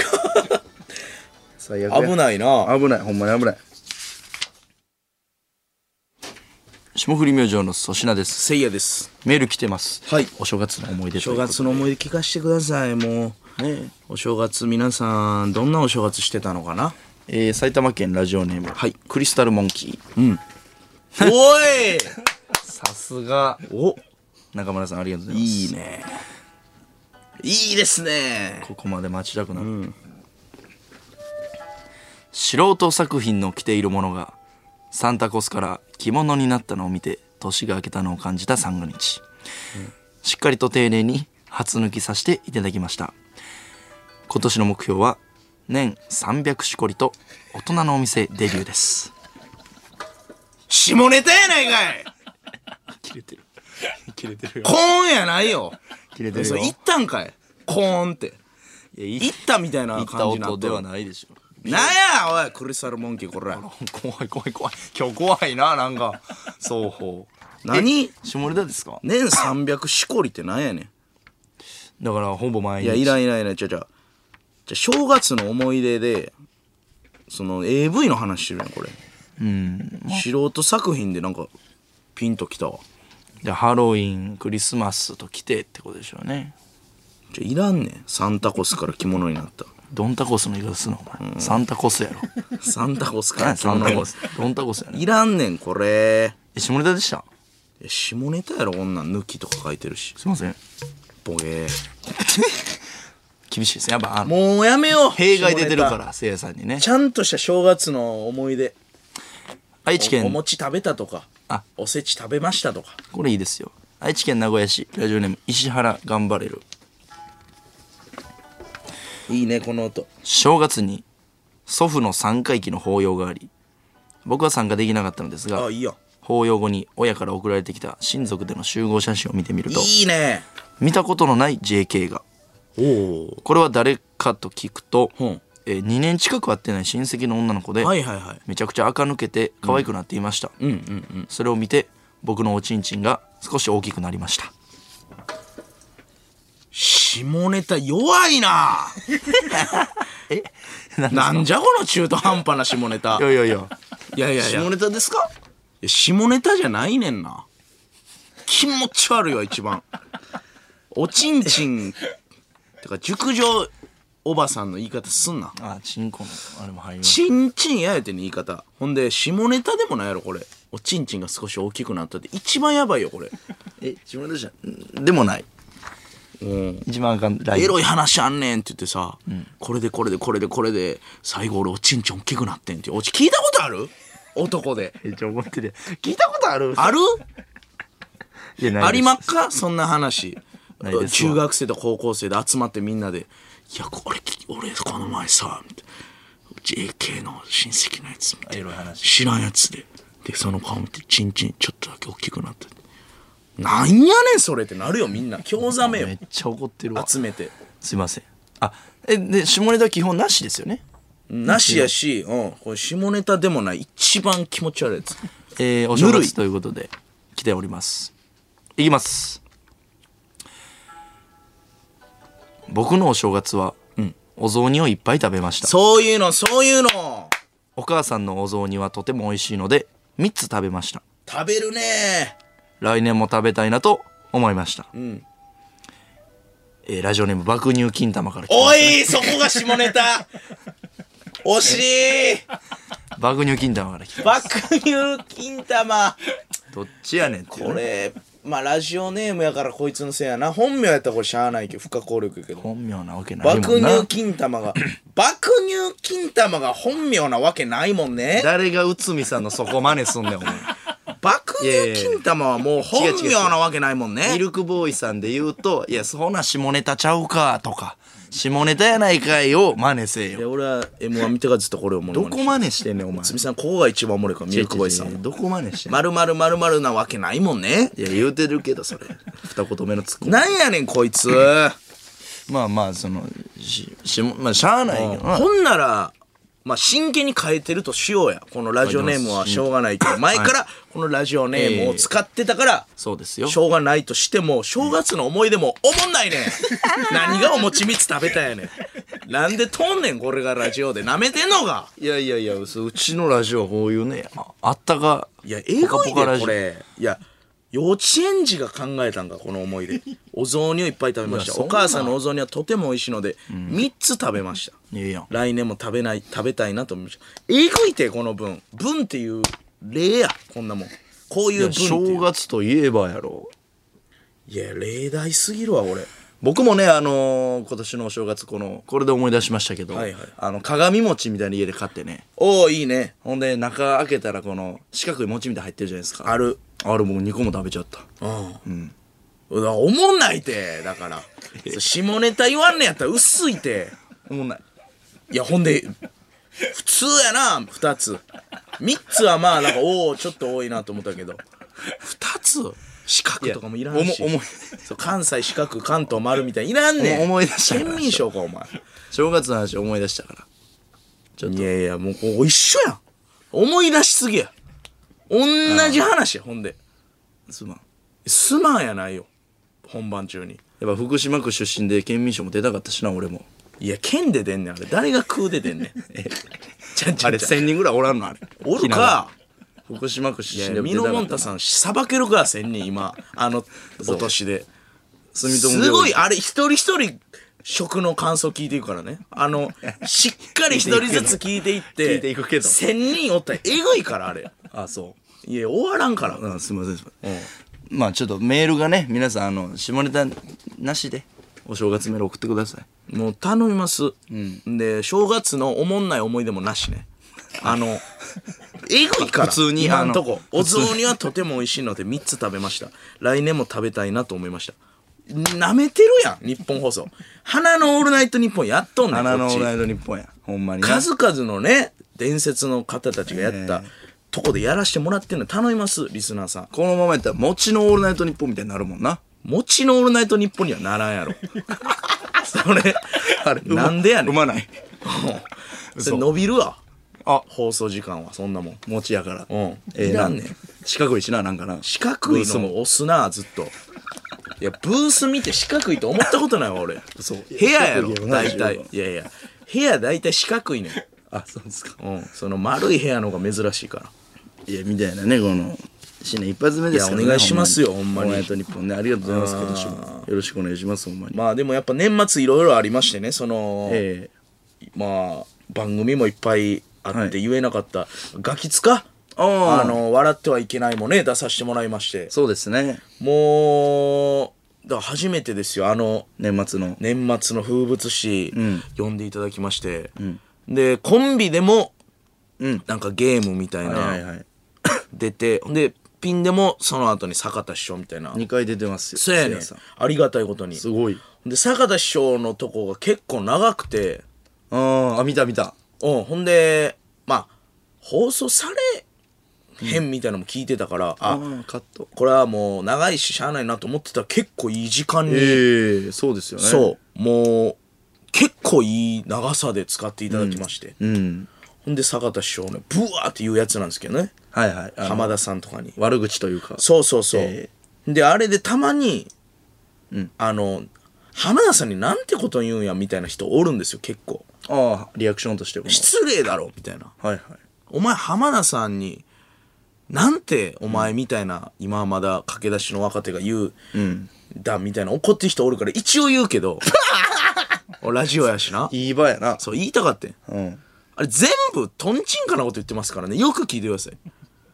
S1: 最悪や。
S2: 危ないな。
S1: 危ない、ほんまに危ない。霜降り明星の粗品です。
S2: せいやです。
S1: メール来てます。
S2: はい。
S1: お正月の思い出という
S2: 正
S1: ことで。
S2: 月の思い出聞かせてください。もう
S1: ね
S2: お正月皆さんどんなお正月してたのかな。
S1: 埼玉県ラジオネーム、
S2: はい
S1: クリスタルモンキー。
S2: おい
S1: さすが。
S2: お
S1: 中村さんありがとうございます。
S2: いいね。いいですね。
S1: ここまで待ちたくなる。素人作品の着ているものがサンタコスから着物になったのを見て年が明けたのを感じた三が日、しっかりと丁寧に初抜きさせていただきました。今年の目標は年300しこりと大人のお店デビューです。
S2: 下ネタやないかい。
S1: 切れてる切れてるよ。
S2: コーンやないよ。
S1: 切れてるよ。
S2: それ行ったんかい。コーンって
S1: いや
S2: 行ったみたいな
S1: 言った
S2: 感じになっ
S1: 音では
S2: た。
S1: ないでしょ。
S2: なんやおいクリスタルモンキーこれ。
S1: 怖い怖い怖い。今日怖いな、なんか双方。
S2: 何
S1: 下ネタですか？
S2: 年300しこりってなんやね
S1: だからほぼ毎
S2: ん。
S1: 日。
S2: いらんじゃ正月の思い出でその AV の話してるやんこれ。素人作品でなんかピンときたわ。
S1: じゃあハロウィンクリスマスと来てってことでしょうね。
S2: じゃいらんねん。サンタコスから着物になった。
S1: ドンタコスの言い方すんのお前。サンタコスやろ。
S2: サンタコスから着物に
S1: サンタコス。ドンタコスやね。
S2: いらんねんこれ。
S1: 下ネタでした？
S2: 下ネタやろこんなん抜きとか書いてるし。
S1: すいません。
S2: ボケー。
S1: 厳しいですね。やっぱ
S2: もうやめよう。
S1: 弊害出てるか
S2: 下ネ
S1: ら、せいやさんにね
S2: タ。ちゃんとした正月の思い出。お
S1: 愛知県、
S2: 餅食べたとか
S1: あ、
S2: おせち食べましたとか。
S1: これいいですよ。愛知県名古屋市、ラジオネーム石原頑張れる。
S2: いいねこの音。
S1: 正月に祖父の三回忌の法要があり、僕は参加できなかったのですが、
S2: あいいよ。
S1: 法要後に親から送られてきた親族での集合写真を見てみると、
S2: いいね。
S1: 見たことのない JK が。
S2: おお。
S1: これは誰かと聞くと、
S2: ほん。
S1: 2年近く会ってない親戚の女の子で、
S2: はいはいはい。
S1: めちゃくちゃ垢抜けて可愛くなっていました、それを見て僕のおちんちんが少し大きくなりました。
S2: 下ネタ弱いな。なんじゃこの中途半端な下ネタ。
S1: いやいやいや、
S2: いやいやいや。
S1: 下ネタですか？
S2: 下ネタじゃないねんな。気持ち悪いわ一番。おちんちんてか熟女おばさんの言い方すんな。
S1: あ、チンコのあれも入ります。
S2: ちんちんややてね言い方。ほんで下ネタでもないやろこれ。おちんちんが少し大きくなったって一番やばいよこれ。
S1: 下ネタじゃんでもない。一番あかんライン。
S2: エロい話あんねんって言ってさ、これで最後俺おちんちん大きくなってんっておち聞いたことある？男で
S1: 思ってる。聞いたことある？
S2: ある？
S1: いやないです。
S2: ありまっかそんな話。
S1: ないですわ。
S2: 中学生と高校生で集まってみんなでいや俺この前さ JK の親戚のやつ見て
S1: エロい話
S2: 知らんやつでその顔見てチンチンちょっとだけ大きくなった。なんやねんそれってなるよみんな。興ざめよ
S1: めっちゃ怒ってるわ。
S2: 集めて。
S1: すいません。で下ネタ基本なしですよね。
S2: なしやし、これ下ネタでもない一番気持ち悪いやつ。
S1: お正月ということで来ております。いきます。僕のお正月は、お雑煮をいっぱい食べました。
S2: そういうの
S1: お母さんのお雑煮はとても美味しいので3つ食べました。
S2: 食べるね。
S1: 来年も食べたいなと思いました。ラジオネーム爆乳金玉から来てます、ね、
S2: おいそこが下ネタ。惜しい。
S1: 爆乳金玉から来てます。
S2: 爆乳金玉
S1: どっちやねんっていうね、
S2: これまあラジオネームやからこいつのせいやな。本名やったらこれしゃあないけど、不可抗力やけど。
S1: 本名なわけないもんな。
S2: 爆乳金玉が本名なわけないもんね。
S1: 誰が内海さんのそこ真似すんねんお前。
S2: 爆乳金玉はもう本名なわけないもんね。
S1: ミルクボーイさんで言うと、いやそんな下ネタちゃうかとか、下ネタやないかいを真似せえよ。
S2: いや俺は M1 見てからずっとこれを
S1: どこ真似してんねんお前。
S2: 内海さんここが一番おもろいから、ミルクボーイさん。
S1: どこ真似してんねん。
S2: 丸々丸々なわけないもんね。
S1: いや言うてるけどそれ二言目のツッコミ。
S2: なんやねんこいつ。
S1: まあまあまあしゃあないけどな。
S2: ほんならまあ真剣に変えてるとしようや。このラジオネームはしょうがないけど、前からこのラジオネームを使ってたから
S1: そうですよ。
S2: しょうがないとしても、正月の思い出もおもんないねん。何がお餅蜜食べたやねん。なんで通んねんこれがラジオで。なめてんのか。
S1: いやうちのラジオはこういうね、あったか。
S2: いやえぐいで
S1: ポカポカラジオ
S2: これ。いや幼稚園児が考えたんかこの思い出。お雑煮をいっぱい食べました。
S1: いやそんな
S2: お母さんのお雑煮はとても美味しいので、3つ食べました。
S1: いいやん。
S2: 来年も食べたいなと思いました。えぐいてこの文っていう例や。こんなもんこういう文っていう。
S1: 正月といえばやろ。
S2: いや例題すぎるわ俺。
S1: 僕もね今年のお正月これで思い出しましたけど、
S2: はいはい
S1: 鏡餅みたいな家で買ってね。
S2: おおいいね。
S1: ほんで中開けたらこの四角い餅みたいな入ってるじゃないですか。
S2: ある。
S1: あれもう2個も食べちゃった。
S2: うんおもんないて。だから下ネタ言わんねやったら薄いて。
S1: おもんない。
S2: いやほんで普通やな。2つ3つはまあなんかちょっと多いなと思ったけど、2つ四角とかもいらんし。そう関西四角関東丸みたいにいらんねん。
S1: 思い出したから
S2: 県民賞かお前。
S1: 正月の話思い出したからちょっと。
S2: いやいやもうこう一緒やん。思い出しすぎや。同じ話や。ほんです
S1: まん。
S2: すまんやないよ本番中に。
S1: やっぱ福島区出身で県民賞も出たかったしな俺も。
S2: いや県で出んねんあれ。誰が空で出んねん。
S1: あれ1000人ぐらいおらんのあれ。
S2: おるか。
S1: 福島区出
S2: いや
S1: 身で
S2: ミノモンタさんさばけるか1000人今お年で。
S1: 住友
S2: すごいあれ一人一人食の感想聞いていくからね。しっかり一人ずつ聞いていって
S1: 聞いていくけど
S2: 1000人おったらえぐいからあれ。
S1: あそ
S2: いや終わらんから。
S1: う。すいませんまあちょっとメールがね皆さん下ネタなしでお正月メール送ってください。
S2: もう頼みます、で正月のおもんない思い出もなしね。えぐいから
S1: 普通に
S2: 今んとこお雑煮はとても美味しいので3つ食べました。来年も食べたいなと思いました。なめてるやん日本放送。花のオールナイトニッポンやっとんねん。
S1: 花のオ
S2: こっち
S1: ールナイトニッポンやほんまにな。
S2: 数々のね伝説の方たちがやったとこでやらしてもらってんの頼みますリスナーさん。
S1: このままやったら餅のオールナイトニッポンみたいになるもんな。
S2: 餅のオールナイトニッポンにはならんやろ。それあれなんでやねん。
S1: うまない。
S2: それ伸びるわ。
S1: あ
S2: 放送時間はそんなもん。
S1: 餅やから。
S2: いらんねん。
S1: 四角いしななんかな。
S2: 四角いのも押すなずっと。いやブース見て四角いと思ったことないわ俺。
S1: そう
S2: 部屋やろ
S1: 四角いよな
S2: 大体。いやいや部屋大体四角いねん。
S1: あそうですか。
S2: その丸い部屋の方が珍しいから。
S1: いやみたいなねこの新年一発目ですからね。
S2: いやお願いしますよほんまに。
S1: オールナイトニッポンねありがとうございます今年もよろしくお願いしますほんまに。
S2: まあでもやっぱ年末いろいろありましてねまあ番組もいっぱいあって言えなかったガキツか笑ってはいけないもね出させてもらいまして。
S1: そうですね。
S2: もうだから初めてですよ
S1: 年末の
S2: 風物詩呼んでいただきまして、でコンビでもなんかゲームみたいな出て、でピンでもその後に坂田師匠みたいな
S1: 2回出てますよ。
S2: そうやねんありがたいことに。
S1: すごい。
S2: で坂田師匠のとこが結構長くて
S1: 見た
S2: ほんでまあ放送されへんみたいなのも聞いてたから、
S1: カット
S2: これはもう長いししゃあないなと思ってたら結構いい時間に、
S1: そうですよね。
S2: そうもう結構いい長さで使っていただきまして、ほんで坂田師匠ねブワーっていうやつなんですけどね、浜田さんとかに
S1: 悪口というか。
S2: そうであれでたまに、浜田さんになんてこと言うんやみたいな人おるんですよ結構。
S1: リアクションとして
S2: 失礼だろみたいな。お前浜田さんになんてお前みたいな、今はまだ駆け出しの若手が言う、だみたいな怒ってる人おるから一応言うけどラジオやしない
S1: い場やな。
S2: そう言いたかってん、あれ全部トンチンカなこと言ってますからね。よく聞いてください。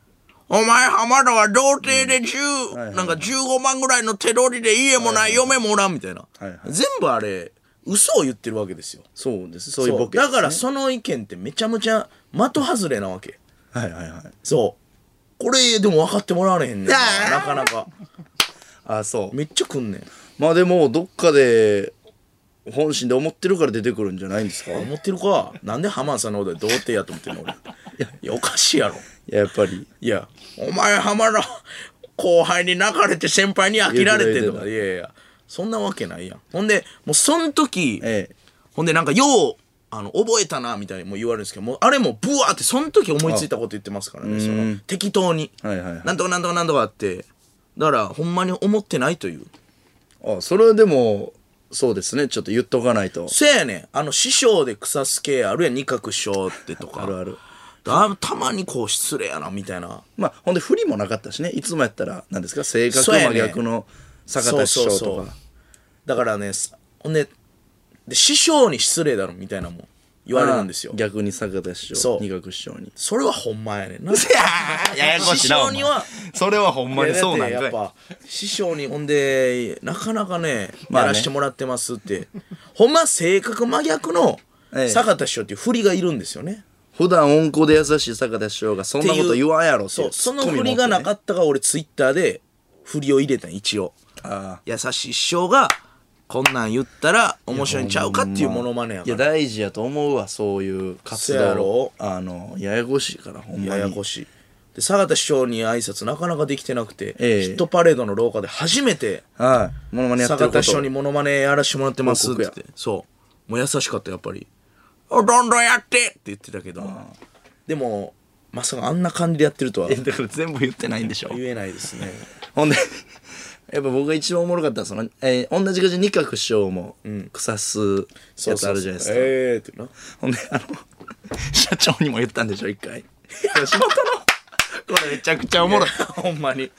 S2: お前浜田は童貞でなんか15万ぐらいの手取りで家もない、嫁もおらんみたいな、全部あれ嘘を言ってるわけですよ。
S1: そうです。そういうボケですね。
S2: だからその意見ってめちゃめちゃ的外れなわけ。
S1: はいはいはい。
S2: そうこれでも分かってもらわれへんねんなかなか。
S1: あ、そう。
S2: めっちゃくんねん。
S1: まあでもどっかで本心で思ってるから出てくるんじゃないんですか。
S2: 思ってるか。なんで浜田さんのことで童貞やと思ってんの俺。いやおかしいやろ。
S1: いややっぱり。
S2: いやお前浜田後輩に泣かれて先輩に飽きられてとか。いやいやそんなわけないやん。ほんでもうそん時、ほんでなんかよう覚えたなみたいにも言われるんですけど、もうあれもブワーってその時思いついたこと言ってますからね。その適当に、なんとかなんとかなんとかあって、だからほんまに思ってないという。
S1: あ、それはでもそうですね、ちょっと言っとかないと。
S2: せやねん、師匠で草すけあるやん、二角師匠ってとか
S1: あるある。
S2: たまにこう失礼やなみたいな。
S1: まあほんで振りもなかったしね。いつもやったら何ですか、性格真逆の坂田師匠とか。
S2: だからね、ほんで師匠に失礼だろみたいなもん言われるんですよ。
S1: 逆に坂田師匠、二角師匠に。
S2: それはほんまやねんな。
S1: ややこしいな。師匠にはそれはほんまにそうなんだよ。
S2: やっぱ師匠にほんでなかなかねやらしてもらってますって、ほんま性格真逆の坂田師匠っていう振りがいるんですよね。
S1: 普段温厚で優しい坂田師匠がそんなこと言わんやろっていう。
S2: その振りがなかったから俺ツイッターで振りを入れたん一応。優しい師匠がこんなん言ったら面白いんちゃうかっていうモノマネやから。
S1: いや大事やと思うわ、そういう活動。ややこしいからほんまに。
S2: ややこしい。で坂田師匠に挨拶なかなかできてなくて、ヒットパレードの廊下で初めて
S1: モノマネやってること。
S2: 坂田師匠にモノマネやらしてもらってますって言って、そうもう優しかったやっぱり。どんどんやってって言ってたけど、でもまさかあんな感じでやってるとは。
S1: だから全部言ってないんでしょ。
S2: 言えないですね。
S1: ほんでやっぱ僕が一番おもろかったのは同じ感じで二角師匠も腐すやつあるじゃないですか。
S2: ってな。
S1: ほんで社長にも言ったんでしょ一回。吉本のこれめちゃくちゃおもろい
S2: ほんまに。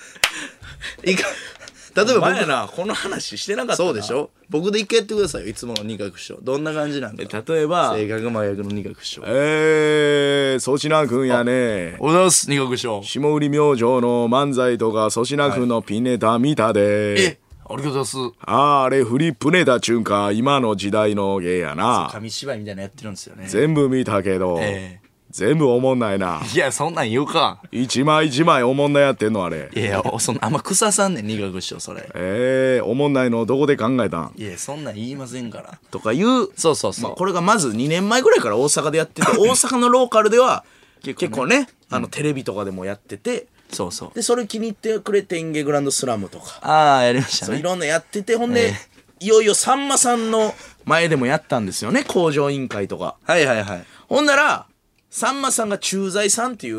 S1: 例えば
S2: 僕なこの話してなかったな。
S1: そうでしょ。僕で一回やってくださいよ、いつもの二角師匠。どんな感じなんだ。
S2: 例えば
S1: 性格真逆の二角師匠。
S2: 粗品くんやね。
S1: おはようございます、二角師匠。
S2: 霜降り明星の漫才とか粗品くんのピンネタ見たで。
S1: ありがとうございます。
S2: あれフリップネタちゅんか今の時代の芸やな。
S1: 紙芝居みたいなのやってるんですよね。
S2: 全部見たけど、全部おもんないな。
S1: いやそんなん言うか。
S2: 一枚一枚おもんないやってんのあれ。
S1: いやあんま草さんねん二角師匠それ。
S2: おもんないのどこで考えたん。
S1: いやそんなん言いませんから
S2: とかいう。そう、これがまず2年前ぐらいから大阪でやってて大阪のローカルでは結構ねテレビとかでもやってて、でそれ気に入ってくれて演芸グランドスラムとか
S1: やりましたね。
S2: いろんなやってて、ほんでいよいよさんまさんの前でもやったんですよね、向上委員会とか。ほんならさんまさんが駐在さんっていう、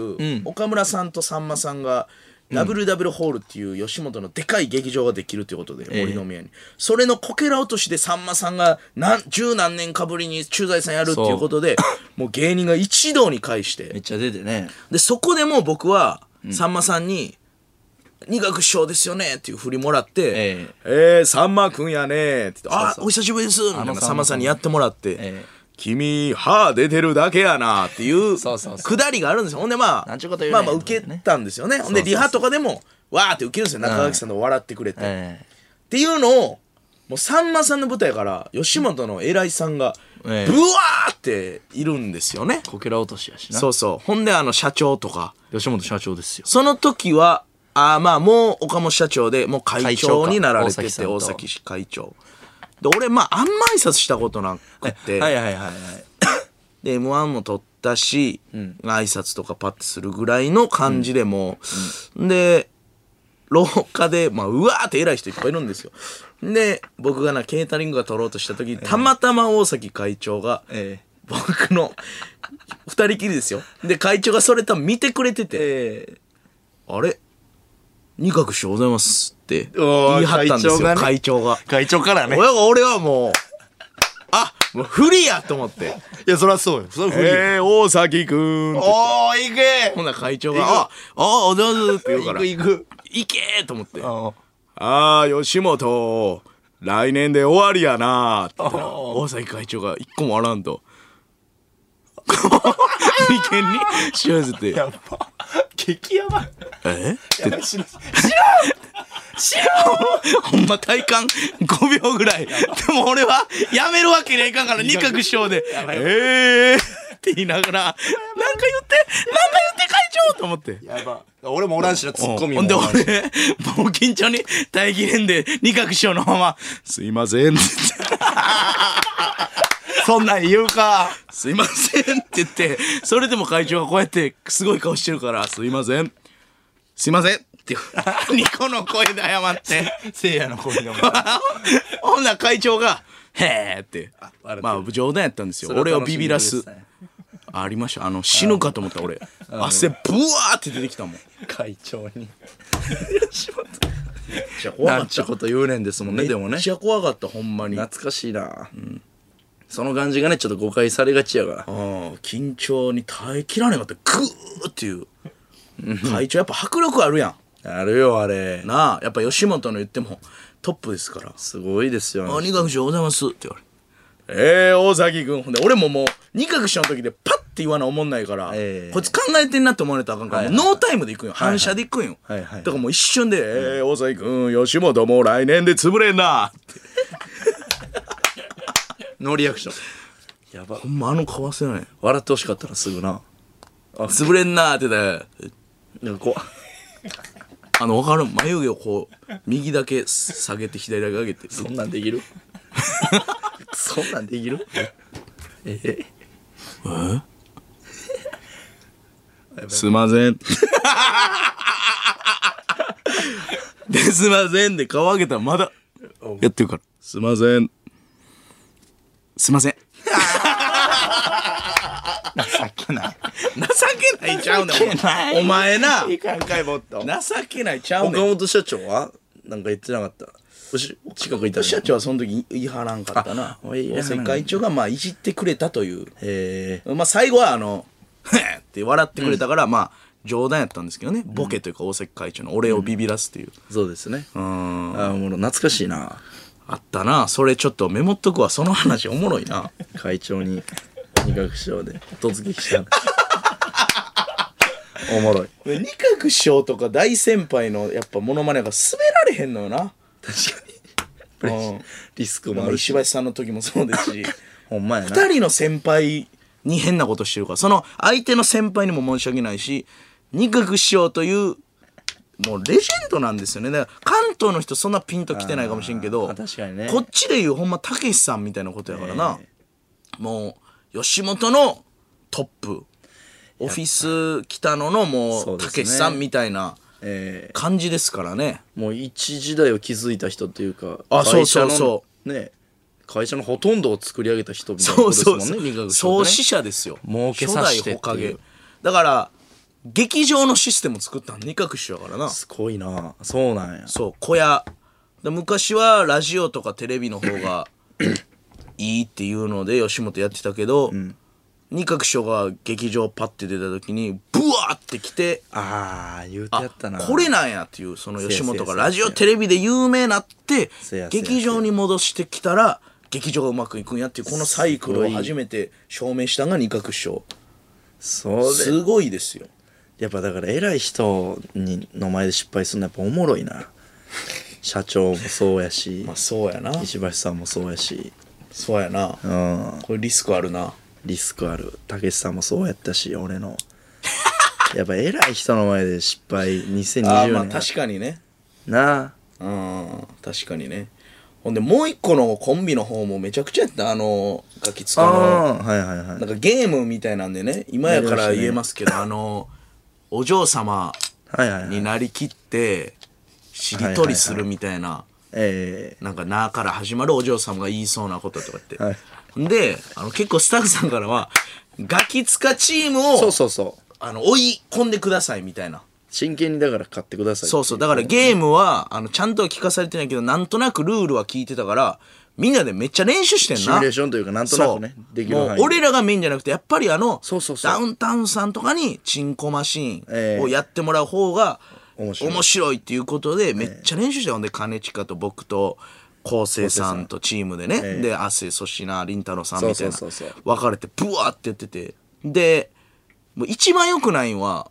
S2: 岡村さんとさんまさんが WW ホールっていう吉本のでかい劇場ができるということで、森の宮にそれのこけら落としでさんまさんが十何年かぶりに駐在さんやるっていうことでもう芸人が一堂に会して
S1: めっちゃ出てね。
S2: でそこでも僕はさんまさんに二角師匠ですよねっていう振りもらってさんまくんやねって言って、お久しぶりですみたいなさんまさんにやってもらって、君歯出てるだけやなっていうくだりがあるんですよ。ほんでまあ受けたんですよね。ほんでリハとかでもわーって受けるんですよ、中垣さんの笑ってくれて、っていうのをもうさんまさんの舞台から吉本の偉いさんがブワーっているんですよね。
S1: こけら落としやしな。
S2: ほんで社長とか
S1: 吉本社長ですよ。
S2: その時はもう岡本社長でもう会長になられてて、大崎市会長で、俺あんま挨拶したことなくて、で M1 も取ったし、挨拶とかパッてするぐらいの感じでも、で廊下でうわーって偉い人いっぱいいるんですよ。で僕がケータリングが取ろうとした時にたまたま大崎会長が、僕の二人きりですよ。で会長がそれ多分見てくれてて、あれ二角師匠ございますって言い張ったんですよ、会長が。
S1: 会長からね。
S2: 俺はもう不利やと思って。
S1: いやそりゃそうよ。それ不利。
S2: 大崎くん。
S1: おー行け。
S2: ほんな会長がお上手って言うから
S1: 行
S2: けと思って。吉本来年で終わりやなって言ったら大崎会長が一個も笑わんと眉間にしわ寄せて
S1: 激ヤバ。
S2: え
S1: やばい、知らん。
S2: ほんま体感5秒ぐらい。でも俺はやめるわけにはいかんから二角師匠で、って言いながら、なんか言って会長と思って。
S1: やば。俺もおらんしな、ツッコミも。
S2: ほんで俺、もう緊張に耐えきれんで、二角師匠のまま、すいませんって言って。
S1: そんなん言うか。
S2: すいませんって言って、それでも会長がこうやってすごい顔してるから、すいません。すいませんってニコの声で謝って。
S1: せいやの声でも。
S2: ほんなら会長が、へーって。まあ冗談やったんですよ。俺をビビらす。ありました。死ぬかと思った俺。汗ブワーって出てきたもん。
S1: 会長に。
S2: なんちゅうこと言うねんですもんね、でもね。めっちゃ怖かった、ほんまに。
S1: 懐かしいな。その感じがね、ちょっと誤解されがちやから。
S2: 緊張に耐えきられなかった。グーっていう。会長やっぱ迫力あるやん。
S1: あるよ、あれ。
S2: なあ、やっぱ吉本の言ってもトップですから。
S1: すごいですよね。
S2: 二角師匠おはようございますって言われ。大崎君。ほんで、俺ももう二角師匠の時でパッて言わなおもんないから、こいつ考えてんなって思われたらあかんから、ノータイムで行くんよ。反射で行くんよ。だからもう一瞬で、大崎君、吉本もう来年で潰れんなって。
S1: ノーリアクション。やば。
S2: ほんま顔せない。
S1: 笑ってほしかったらすぐな。
S2: 潰れんなって言って。
S1: なんか怖っ。
S2: わかる？眉毛をこう、右だけ下げて左だけ上げて。
S1: そんなんできる？そんなんできる？
S2: すいません。すいませんで顔上げたらまだやってるから。すいません。すいません。
S1: 情けない。
S2: 情けないちゃうねん。お前な。
S1: いかんかいもっと。
S2: 情けないちゃうねん。
S1: 岡本社長はなんか言ってなかった。近くいた
S2: 社長はその時言い張らんかったな。大関会長がまあいじってくれたという。まあ最後はへって笑ってくれたから、まあ冗談やったんですけどね。ボケというか大関会長の俺をビビらすっていう。
S1: そうですね。もう懐かしいな。
S2: あったな。それちょっとメモっとくわ。その話おもろいな。
S1: 会長に二角師匠で突撃した。おもろい。
S2: 二角師匠とか大先輩のやっぱモノマネが滑られへんのよな。
S1: 確かに。リスクもあるし。
S2: 石橋さんの時もそうですし。
S1: ほんまやな。
S2: 二人の先輩に変なことしてるから、その相手の先輩にも申し訳ないし、二角師匠というもうレジェンドなんですよね。だから関東の人そんなピンと来てないかもしれんけど、
S1: 確かにね。
S2: こっちでいうほんまたけしさんみたいなことやからな。もう吉本のトップ、オフィス北野のもうたけしさんみたいな感じですからね。
S1: もう一時代を築いた人っていうか、
S2: そうそうそう。
S1: ね、会社のほとんどを作り上げた人みたいなことですもんね。
S2: そうそうそう。創始者ですよ。
S1: 儲けさせてっていう。
S2: だから劇場のシステム作ったの二角師匠やからな。
S1: すごいな。そうなんや。
S2: そう、小屋で昔はラジオとかテレビの方がいいっていうので吉本やってたけど、二角師匠が劇場パッて出た時にブワーって来て、
S1: 言うてやったな。
S2: これなんやっていう、その吉本がラジオテレビで有名なって劇場に戻してきたら劇場がうまくいくんやっていう、このサイクルを初めて証明したのが二角師匠。すごいですよ。
S1: やっぱだから偉い人の前で失敗するのはやっぱおもろいな。社長もそうやし、
S2: まあそうやな。
S1: 石橋さんもそうやし。
S2: そうやな。これリスクあるな。
S1: リスクある。たけしさんもそうやったし、俺の。やっぱ偉い人の前で失敗、2020年。
S2: まあ確かにね。
S1: な
S2: あ。確かにね。ほんでもう一個のコンビの方もめちゃくちゃやった。ガキ使の。なんかゲームみたいなんでね、今やから言えますけど、お嬢様になりきってしりとりするみたいな、なんか「な」から始まるお嬢様が言いそうなこととかって、で結構スタッフさんからはガキ使チームを追い込んでくださいみたいな。
S1: 真剣にだから買ってください。
S2: そうそう。だからゲームはちゃんとは聞かされてないけど、なんとなくルールは聞いてたから、みんなでめっちゃ練習してんな。
S1: シミュレーションというかなんとなくね、できる範囲で。
S2: もう俺らがメインじゃなくて、やっぱりダウンタウンさんとかにチンコマシーンをやってもらう方が面白いっていうことで、めっちゃ練習して、ほんで兼近と僕と昴生さんとチームでね、で亜生粗品凛太郎さんみたいな分かれてブワーってやってて、でもう一番良くないのは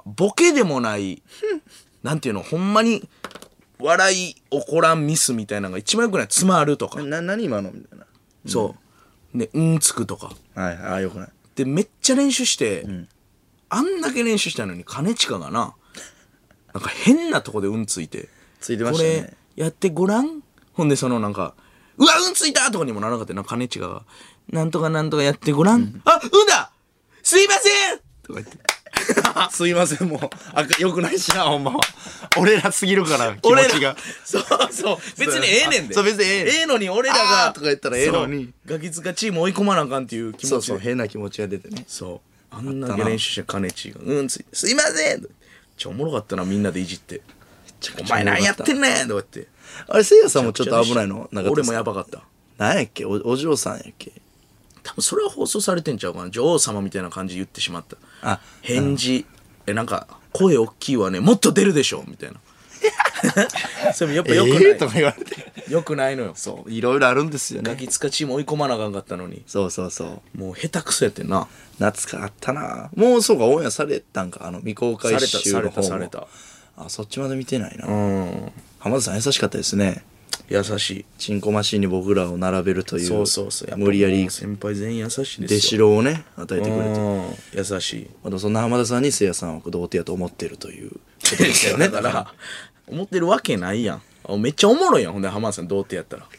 S2: ボケでもないなんていうのほんまに笑い起こらんミスみたいなのが一番よくない？詰まるとか、
S1: 何今のみたいな。
S2: そうでうんつくとか
S1: はいああよくない。
S2: でめっちゃ練習して、あんだけ練習したのに兼近がなんか変なとこでうんついて
S1: ついてましたね。
S2: これやってごらん。ほんでそのなんかうわうんついたとかにもならなかったよな。兼近がなんとかなんとかやってごらん、あうんだすいませんとか言って
S1: すいませんもうよくないしなほんまは。俺らすぎるから気持ちが。
S2: そうそう別にええねんで。
S1: そう別にええねん
S2: ええのに俺らが
S1: あーとか言ったらええのに
S2: ガキ使チーム追い込まなあかんっていう気持ちで。
S1: そう変な気持ちが出てね。
S2: そうあんだけ練習して兼近がうんついてすいませんおもろかったな。みんなでいじってお前何やってんねんとか言って
S1: あれせいやさんもちょっと危ないのなかったですか？
S2: 俺もやばかった。
S1: なんやっけお嬢さんやっけ。
S2: 多分それは放送されてんちゃうかな。女王様みたいな感じで言ってしまった。
S1: あ
S2: 返事なんか声大きいわねもっと出るでしょみたいなそれもやっぱよくない、
S1: とか言われて。
S2: よくないのよ。
S1: そういろいろあるんですよ
S2: ガ
S1: ね。
S2: キ使チーム追い込まなあかんかったのに
S1: そうそうそう
S2: もう下手くそやってんな。
S1: 夏かあったな。もうそうかオンエアされたんか未公開集の方も
S2: された
S1: あそっちまで見てないな。
S2: うん
S1: 浜田さん優しかったですね。
S2: 優しい。
S1: チンコマシンに僕らを並べるという
S2: そうやっぱ
S1: 無理やり
S2: 先輩全員優しいですよ。
S1: 出城をね与えてくれて、
S2: うん優しい
S1: まだそんな浜田さんにせいやさんを童貞やと思ってるということですよね。
S2: だから思ってるわけないやん。めっちゃおもろいやん。ほんで浜田さん童貞やったら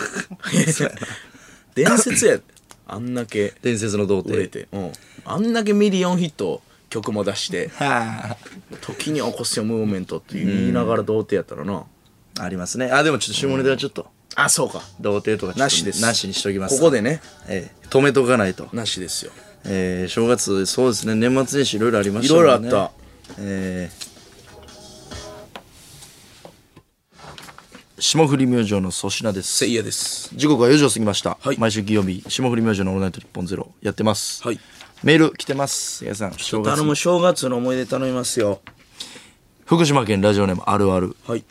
S2: 伝説やあんだけ
S1: 伝説の童
S2: 売れ
S1: 貞。
S2: て、あんだけミリオンヒット曲も出して
S1: は
S2: 時に起こすよムーブメントって言いながら童貞やったらな。
S1: ありますね。あでもちょっと下ネタはちょっと
S2: あそうか
S1: 童貞とかちょっと
S2: なしです。
S1: なしにしときます。
S2: ここでね
S1: 止めとかないと。
S2: なしですよ。
S1: 正月そうですね年末年始いろいろありまし
S2: い
S1: たもんね。
S2: ろいろあった。
S1: 霜降り明星の粗品です。
S2: せいやです。
S1: 時刻は4時を過ぎました、
S2: はい
S1: 毎週金曜日霜降り明星のオールナイト日本ゼロやってます、
S2: はい
S1: メール来てます。皆さん正月
S2: 頼む正月の思い出頼みますよ。
S1: 福島県ラジオネームあるある。
S2: はい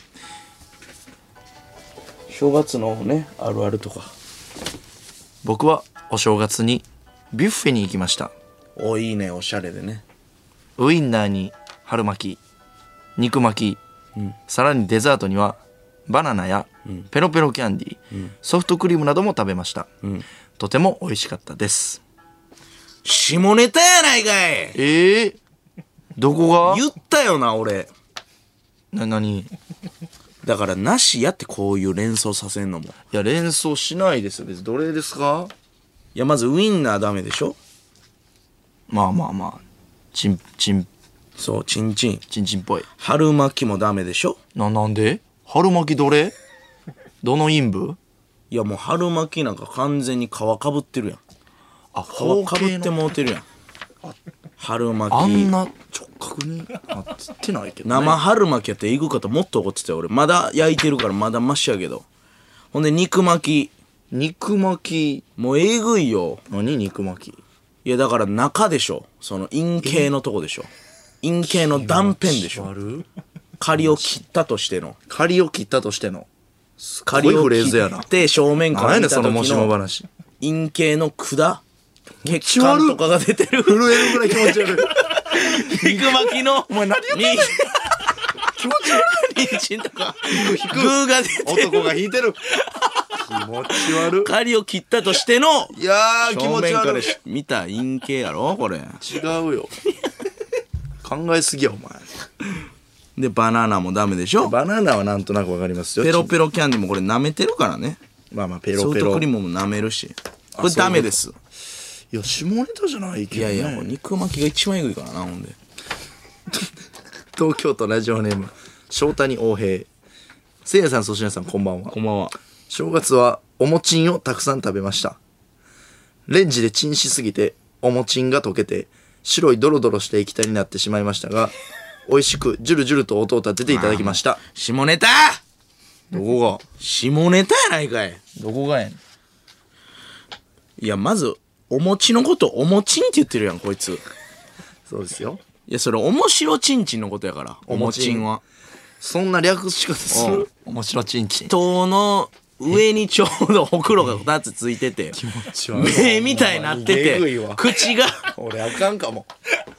S2: 正月のねあるあるとか。
S1: 僕はお正月にビュッフェに行きました。
S2: おいいねおしゃれでね。
S1: ウインナーに春巻き肉巻き、さらにデザートにはバナナやペロペロキャンディー、ソフトクリームなども食べました、とても美味しかったです。
S2: 下ネタやないかい。
S1: どこが
S2: 言ったよな俺。
S1: 何い
S2: だからなしやってこういう連想させんのも。
S1: や連想しないですよ別に。どれですか？
S2: いやまずウインナーダメでしょ。
S1: まあチン
S2: そうチンチン。
S1: チンっぽい。
S2: 春巻きもダメでしょ。
S1: なんで春巻きどれどの陰部？
S2: いやもう春巻きなんか完全に皮かぶってるやん。
S1: あ
S2: 皮かぶってもうてるやん。春巻き
S1: あんな直角になってないけど、ね、
S2: 生春巻きやったら行くかともっと怒ってたよ俺。まだ焼いてるからまだマシやけど。ほんで肉巻
S1: き
S2: もうえぐいよ。
S1: 何肉巻き
S2: いやだから中でしょ。その陰茎のとこでしょ。陰茎の断片でしょ。仮を切ったとしての
S1: 仮を切ったとしての
S2: 仮を
S1: フレーズやな。
S2: 切って正面から
S1: 何やね
S2: 見た時
S1: んそのもしも
S2: の
S1: 話。
S2: 陰茎の管血管とかが出てる
S1: 震えるぐらい気持ち悪い。
S2: 肉巻きの
S1: お前何言ってんの気持ち悪い。
S2: 人参とかグーが出てる
S1: 男が引いてる。気持ち悪い。
S2: 仮を切ったとしての
S1: いやー気
S2: 正
S1: 持ち
S2: 面から
S1: 悪い。
S2: 見た陰茎やろこれ。
S1: 違うよ。考えすぎやお前。
S2: でバナナもダメでしょ。
S1: バナナはなんとなくわかりますよ。
S2: ペロペロキャンディーもこれ舐めてるからね。
S1: まあペ
S2: ソフ
S1: ロペロ。
S2: トクリームも舐めるしこれダメです。
S1: いや下ネタじゃないけどね。
S2: いやもう肉巻きが一番えぐいからなほんで。
S1: 東京都ラジオネーム翔谷王平。せいやさん粗品さんこんばんは。
S2: こんばんは。
S1: 正月はおもちんをたくさん食べました。レンジでチンしすぎておもちんが溶けて白いドロドロした液体になってしまいましたが美味しくジュルジュルと音を立てていただきました。
S2: 下ネタ
S1: どこが
S2: 下ネタやないかい。
S1: どこがやねん。
S2: いやまずお餅のことおもちんって言ってるやんこいつ。
S1: そうですよ。
S2: いやそれ面白ちんちんのことやからおもちんは。
S1: そんな略し方する。面白ちんちん。
S2: 塔の上にちょうどほくろが2つついてて
S1: 気持ち悪い。
S2: 目みたいになって
S1: えぐいわ
S2: て口が
S1: 俺あかんかも。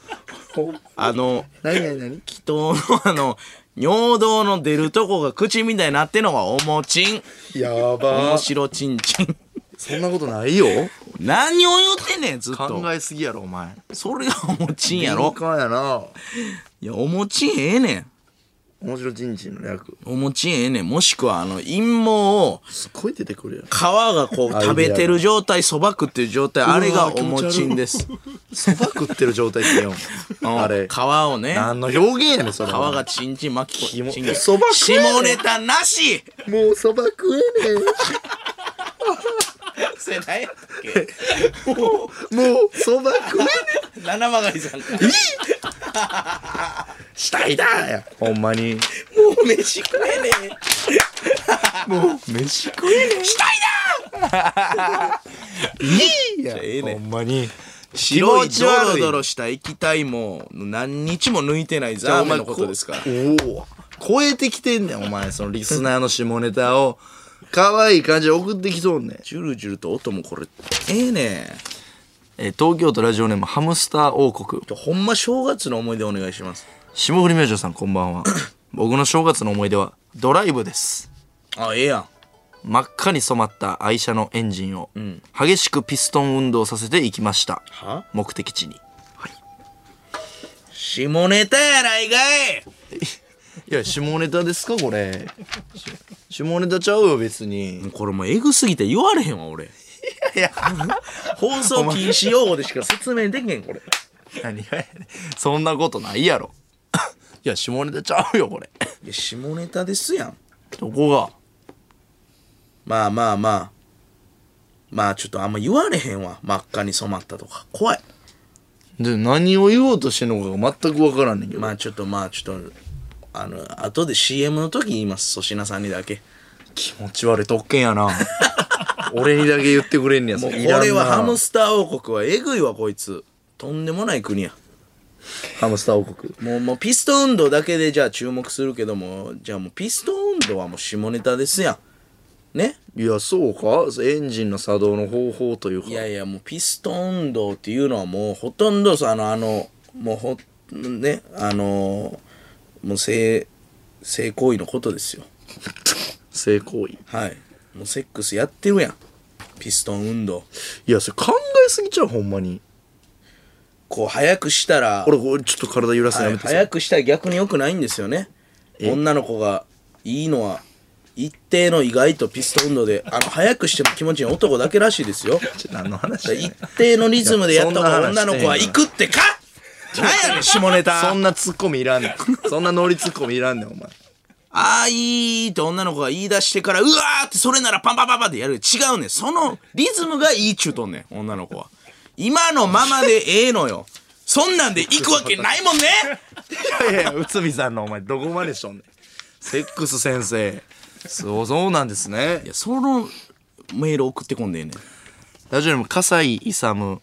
S1: 何
S2: 祈祷の尿道の出るとこが口みたいになってんのがおもちん。
S1: や
S2: お
S1: ば
S2: もしろちんちん。
S1: そんなことないよ。
S2: 何を言ってんねん、ずっと。
S1: 考えすぎやろお前。
S2: それがおもちんやろ。
S1: 敏感やな。
S2: いや、おもちんええねん。
S1: 面白ちんちんの略。
S2: おもちんええねん。もしくは陰毛を
S1: すっごい出てくるやん。
S2: 皮がこう食べてる状態、そば食ってる状態、あれがおもちんです。
S1: そば食ってる状態ってよ。あれ。
S2: 皮をね。
S1: 何の表現やねんそれ。
S2: 皮がチンチン巻き込んで。
S1: そば食えねん。
S2: 下ネタなし。
S1: もうそば食えね
S2: それ何やっけ。
S1: え。もうそば食えね
S2: え。七曲さんか。
S1: したいだや。ほんまに。
S2: もう飯食えねえ。
S1: もう飯食えねえ。
S2: したいだ。
S1: いいや。
S2: ええねん
S1: ほんまに。
S2: 白いドロドロした液体も何日も抜いてないザーメンのことですから。
S1: おお。超えてきてんねんお前そのリスナーの下ネタを可愛い感じで送ってきそうねん。
S2: ジュルジュルと音もこれええね
S1: 東京都ラジオネームハムスター王国。
S2: ほんま正月の思い出お願いします。
S1: 霜降り明星さんこんばんは。僕の正月の思い出はドライブです。
S2: あ、ええやん。
S1: 真っ赤に染まった愛車のエンジンを激しくピストン運動させていきました。
S2: は
S1: 目的地に。
S2: 下ネタやないかい。
S1: いや下ネタですかこれ。下ネタちゃうよ別に。
S2: これもうエグすぎて言われへんわ俺。
S1: いや
S2: 放送禁止用語でしか説明できへんこれ。
S1: 何がやねんそんなことないやろ。いや下ネタちゃうよこれ。
S2: いや下ネタですやん。
S1: どこが。
S2: まあちょっとあんま言われへんわ。真っ赤に染まったとか怖い。
S1: で何を言おうとしてんのかが全く分からんねんけど。
S2: ちょっと後で CM の時言います。粗品さんにだけ。
S1: 気持ち悪い特権やな。俺にだけ言ってくれんねや。
S2: もうこれはハムスター王国はえぐいわこいつ。とんでもない国や。
S1: ハムスター王国。
S2: もうピストン運動だけでじゃあ注目するけども、じゃあもうピストン運動はもう下ネタですやんね。
S1: いやそうかエンジンの作動の方法というか。
S2: いやいやもうピストン運動っていうのはもうほとんどもう性行為のことですよ。
S1: 性行為。
S2: はい。もうセックスやってるやん。ピストン運動。
S1: いやそれ考えすぎちゃうほんまに。
S2: こう早くしたら
S1: 俺ちょっと体揺らすのやめてさ。
S2: 早くしたら逆に良くないんですよね。女の子がいいのは一定の意外とピストン運動で早くしても気持ちいい男だけらしいですよ。
S1: 何の話やねん。
S2: 一定のリズムでやった方が女の子は行くってか。何やねん下ネタ。
S1: そんなツッコミいらんねん。そんなノリツッコミいらんねんお前。
S2: ああいいって女の子が言い出してからうわーってそれならパンパンパンパンってやる。違うねん。そのリズムがいいっちゅうとんねん女の子は。今のままでええのよ。そんなんで行くわけないもんね。
S1: いやいや内海さんのお前どこまでしとんねん。セックス先生。そうなんですね。
S2: いやそのメール送ってこんでええねん。
S1: ラジオネーム笠井勇。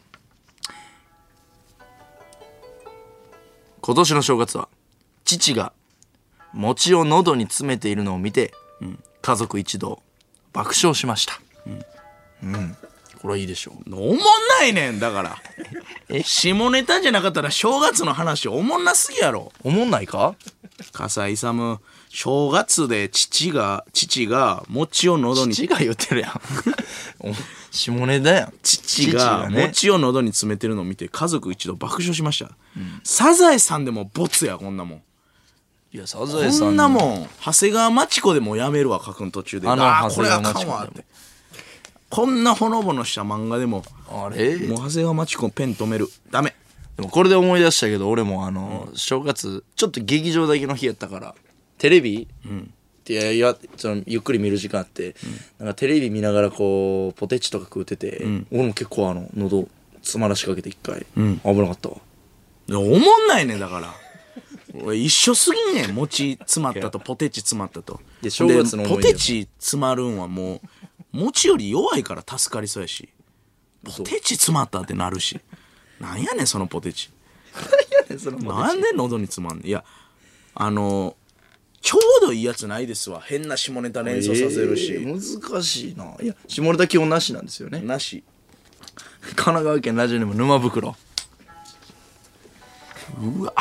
S1: 今年の正月は父が餅を喉に詰めているのを見て、家族一同爆笑しました。これはいいでしょう。
S2: おもんないねんだから下ネタじゃなかったら正月の話おもんなすぎやろ。
S1: おもんないか。
S2: 笠井勇正月で父が餅を喉に
S1: 父が言ってるやん。下ネタやん。
S2: 父が餅を喉に詰めてるのを見て家族一同爆笑しました。サザエさんでもボツやこんなもん。
S1: いやサザエさん
S2: こんなもん長谷川町子でもやめるわ書くん途中で。これあかんわって。こんなほのぼのした漫画でも
S1: あれ
S2: もう長谷川町子ペン止めるダメ。
S1: でもこれで思い出したけど俺も正月ちょっと劇場だけの日やったからテレビ、ってそのゆっくり見る時間あって、なんかテレビ見ながらこうポテチとか食うてて、俺も結構喉詰まらしかけて一回、危なかったわ。
S2: いやおもんないねんだから俺一緒すぎんねん。餅詰まったとポテチ詰まったと。
S1: で正月の思い出
S2: ポテチ詰まるんはもう餅より弱いから助かりそうやし、ポテチ詰まったってなるし、なんやねんそのポテチ。なんで喉に詰まんねん。いやちょうどいいやつないですわ。変な下ネタ連想させるし、
S1: 難しいな。いや下ネタ基本なしなんですよね。
S2: なし。
S1: 神奈川県ラジオネーム沼袋。
S2: うわ。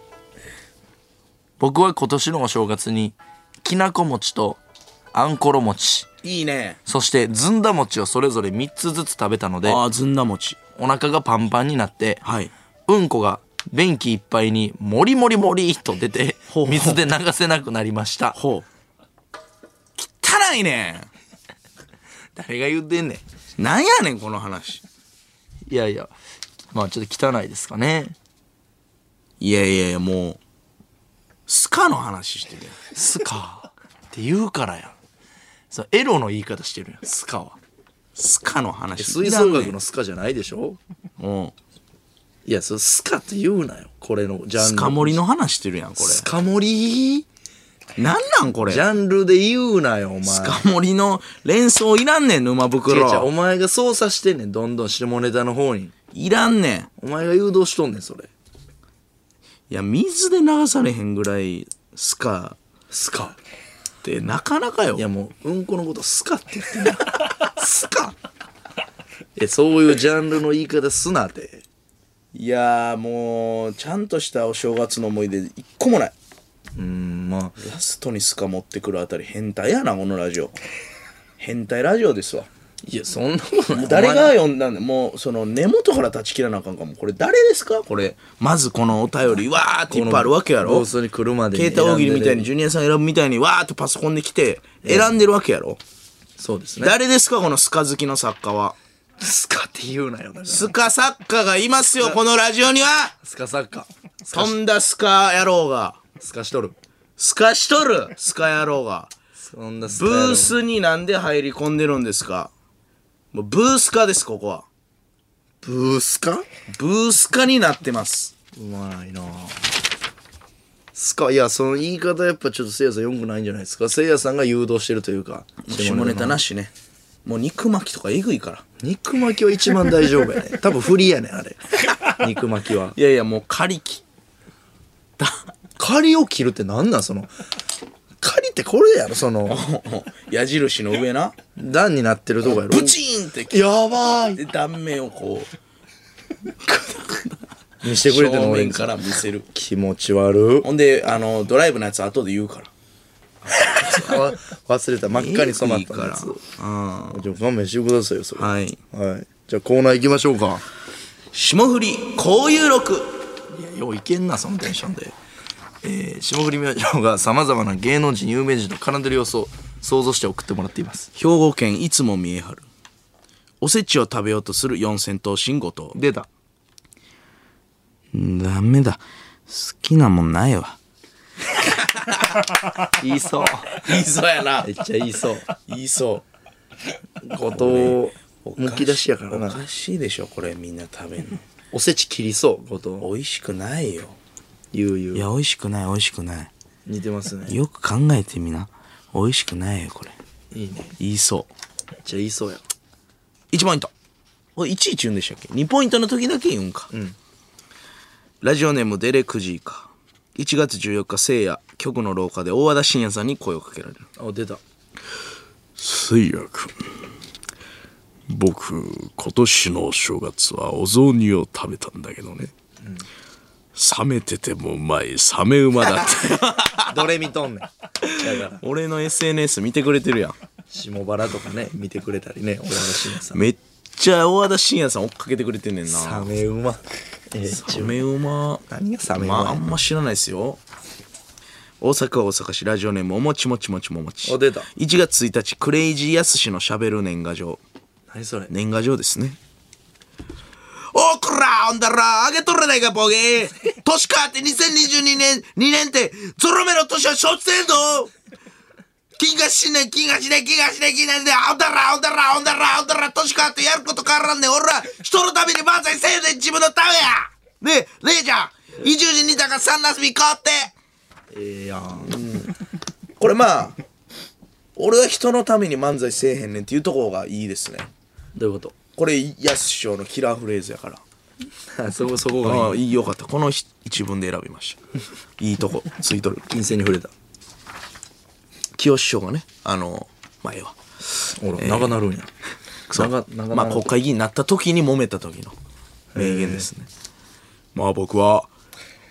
S1: 僕は今年のお正月にきなこ餅とあんころ餅、
S2: いいね。
S1: そしてずんだ餅をそれぞれ3つずつ食べたので、
S2: ああ、ずんだ餅。
S1: お腹がパンパンになって、
S2: はい。
S1: うんこが便器いっぱいにもりもりもりと出て、
S2: ほうほう
S1: 水で流せなくなりました。
S2: ほう。汚いね
S1: 誰が言ってんね
S2: ん。なんやねん、この話。
S1: ん。いやいや、まあちょっと汚いですかね。
S2: いやいやいや、もう、スカの話してるやん。
S1: スカって言うからやん。そうエロの言い方してるやん、スカは。
S2: スカの話。
S1: 吹奏楽のスカじゃないでしょ。
S2: うん。
S1: いや、そスカって言うなよ、これのジャンル。
S2: スカ盛りの話してるやん、これ。
S1: スカ盛り
S2: なんなんこれ。
S1: ジャンルで言うなよ、お前。
S2: スカ盛りの連想いらんねん、沼袋。
S1: お前が操作してんねん、どんどん下ネタの方に。
S2: いらんねん。
S1: お前が誘導しとんねん、それ。
S2: いや、水で流されへんぐらい、スカ
S1: スカ
S2: ってなかなかよ。
S1: いや、もううんこのことスカって言ってんねん。スカそういうジャンルの言い方すなって。
S2: いやーもう、ちゃんとしたお正月の思い出一個もない。
S1: まあ
S2: ラストにスカ持ってくるあたり変態やな、このラジオ。変態ラジオですわ。
S1: いや、そんなことない。
S2: 誰が読んだんだ、もうその根元から断ち切らなあかんかも。これ誰ですかこれ。まずこのお便りわーっていっぱいあるわけやろ。
S1: ボスに来るまでに
S2: 携帯大喜利みたいにジュニアさん選ぶみたいにわーってパソコンで来て選んでるわけやろ。
S1: そうですね。
S2: 誰ですかこのスカ好きの作家は。
S1: スカって言うなよ、だから。
S2: スカ作家がいますよ、このラジオには。
S1: スカ作家。
S2: とんだスカ野郎が。
S1: スカしとる。
S2: スカしとるスカ野郎が。
S1: そんなスカ
S2: ブースになんで入り込んでるんですか。もうブースカです、ここは。
S1: ブースカ
S2: ブースカになってます。
S1: うまいな。スカ、いや、その言い方やっぱちょっとせいやさんよくないんじゃないですか。せいやさんが誘導してるというか。
S2: 下ネタなしね。もう肉巻きとかえぐいから。
S1: 肉巻きは一番大丈夫やね。多分フリーやねん、あれ。肉巻きは。
S2: いやいや、もう仮切った
S1: 仮を切るってなんなん、その。仮ってこれやろ、その。
S2: 矢印の上な。
S1: 段になってるとこやろ。
S2: ブチーンって
S1: やばい。
S2: で断面をこう
S1: 見してくれてるの俺
S2: 正面から見せる。
S1: 気持ち悪。
S2: ほんでドライブのやつ後で言うから
S1: 忘れた、真っ赤に染まったやつ。じゃあ勘弁してくださいよ、それ。
S2: はい。
S1: はい。じゃあコーナー行きましょうか。
S2: 霜降り交友録。
S1: いや、よういけんな、そのテンションで。霜降り明星がさまざまな芸能人有名人と絡んでる様子を想像して送ってもらっています。
S2: 兵庫県いつも見えはる。おせちを食べようとする四千頭身後藤。
S1: 出た。
S2: ダメだ、好きなもんないわ。
S1: 言いそう。
S2: 言いそうやな。
S1: めっちゃ言いそう。
S2: 言いそ
S1: 後藤むき出しやから
S2: う。お
S1: な。
S2: かしいでしょこれ、みんな食べんの。
S1: おせち切りそう、後藤。
S2: 美味しくないよ。
S1: 言う
S2: いや、美味しくない、美味しくない。
S1: 似てますね。
S2: よく考えてみな。美味しくないよこれ。
S1: いいね。
S2: 言いそう。
S1: めっちゃ言いそうや。
S2: 1ポイント。これいちいち言うんでしたっけ。2ポイントの時だけ言うんか。ラジオネームデレクジーか。1月14日せいや局の廊下で大和田伸也さんに声をかけられる。
S1: あ、出た。
S2: せいやくん、僕今年のお正月はお雑煮を食べたんだけどね、冷めててもうまいサメ馬だって
S1: どれ見とんねん。だから
S2: 俺の SNS 見てくれてるやん。
S1: 下原とかね見てくれたりね、俺のシーンさん。
S2: めっちゃ大和田伸也さん追っかけてくれてんねんな。
S1: サメ馬。
S2: サメ馬。
S1: 何がサメ馬。
S2: まああんま知らないですよ。大阪は大阪市ラジオネームおもちもちもちももち。
S1: お、出た。
S2: 1月1日クレイジーやすしのしゃべる年賀状。
S1: 何それ。
S2: 年賀状ですね。おこら、ほんだら、あげとるないか、ボケ。年変わって2022年、2年って、ゾロ目の年はしょってんぞ。金がしねん、金がしねん、金がしねん、金がしねん、ほんだら、ほんだら、ほんだら、ほんだら、年変わってやること変わらんねん。俺ら、人のために漫才せえねん、自分のためや。ねえ、レイちゃん、移住人にだから3なすび変わって。
S1: やん。
S2: これまあ、俺は人のために漫才せえへんねんっていうところがいいですね。
S1: どういうこ
S2: これ、やす師匠のキラーフレーズやから。
S1: と。そこがいい。
S2: ああ、いいよかった。この一文で選びましたいいとこついとる。
S1: 金星に触れた。
S2: 清志師匠がね、前は
S1: ほら、長なるんや。長
S2: まあ国会議員になった時に揉めた時の名言ですね。まあ僕は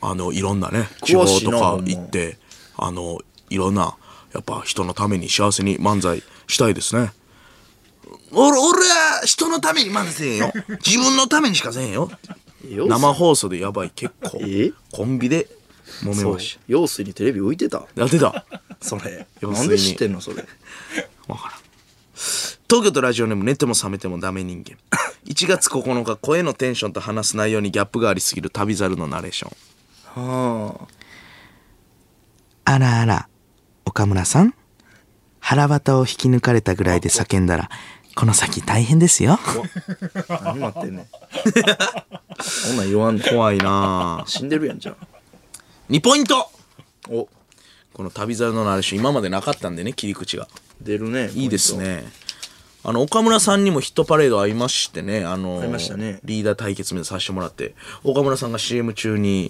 S2: いろんなね地方
S1: 詳しいな
S2: とか行っていろんなやっぱ人のために幸せに漫才したいですね。俺は人のために漫才せえんよ自分のためにしかせえんよ。生放送でやばい結構コンビで揉めました。
S1: 陽水にテレビ浮いてた
S2: やってた
S1: それ
S2: 陽水に
S1: なんで知ってんのそれ。
S2: わからん。東京都ラジオネーム寝ても覚めてもダメ人間1月9日声のテンションと話す内容にギャップがありすぎる旅猿のナレーション。
S1: は
S2: あらあら岡村さん腹渡を引き抜かれたぐらいで叫んだらこの先大変ですよ。
S1: あ何なってんねんそんなん言わんで
S2: 怖いな。
S1: 死んでるやんじゃん。
S2: 2ポイント。
S1: お
S2: この旅猿のナレーション今までなかったんでね切り口が
S1: 出るね。
S2: いいですね。岡村さんにもヒットパレード会いましてね
S1: いましたね
S2: リーダー対決でさせてもらって岡村さんが CM 中に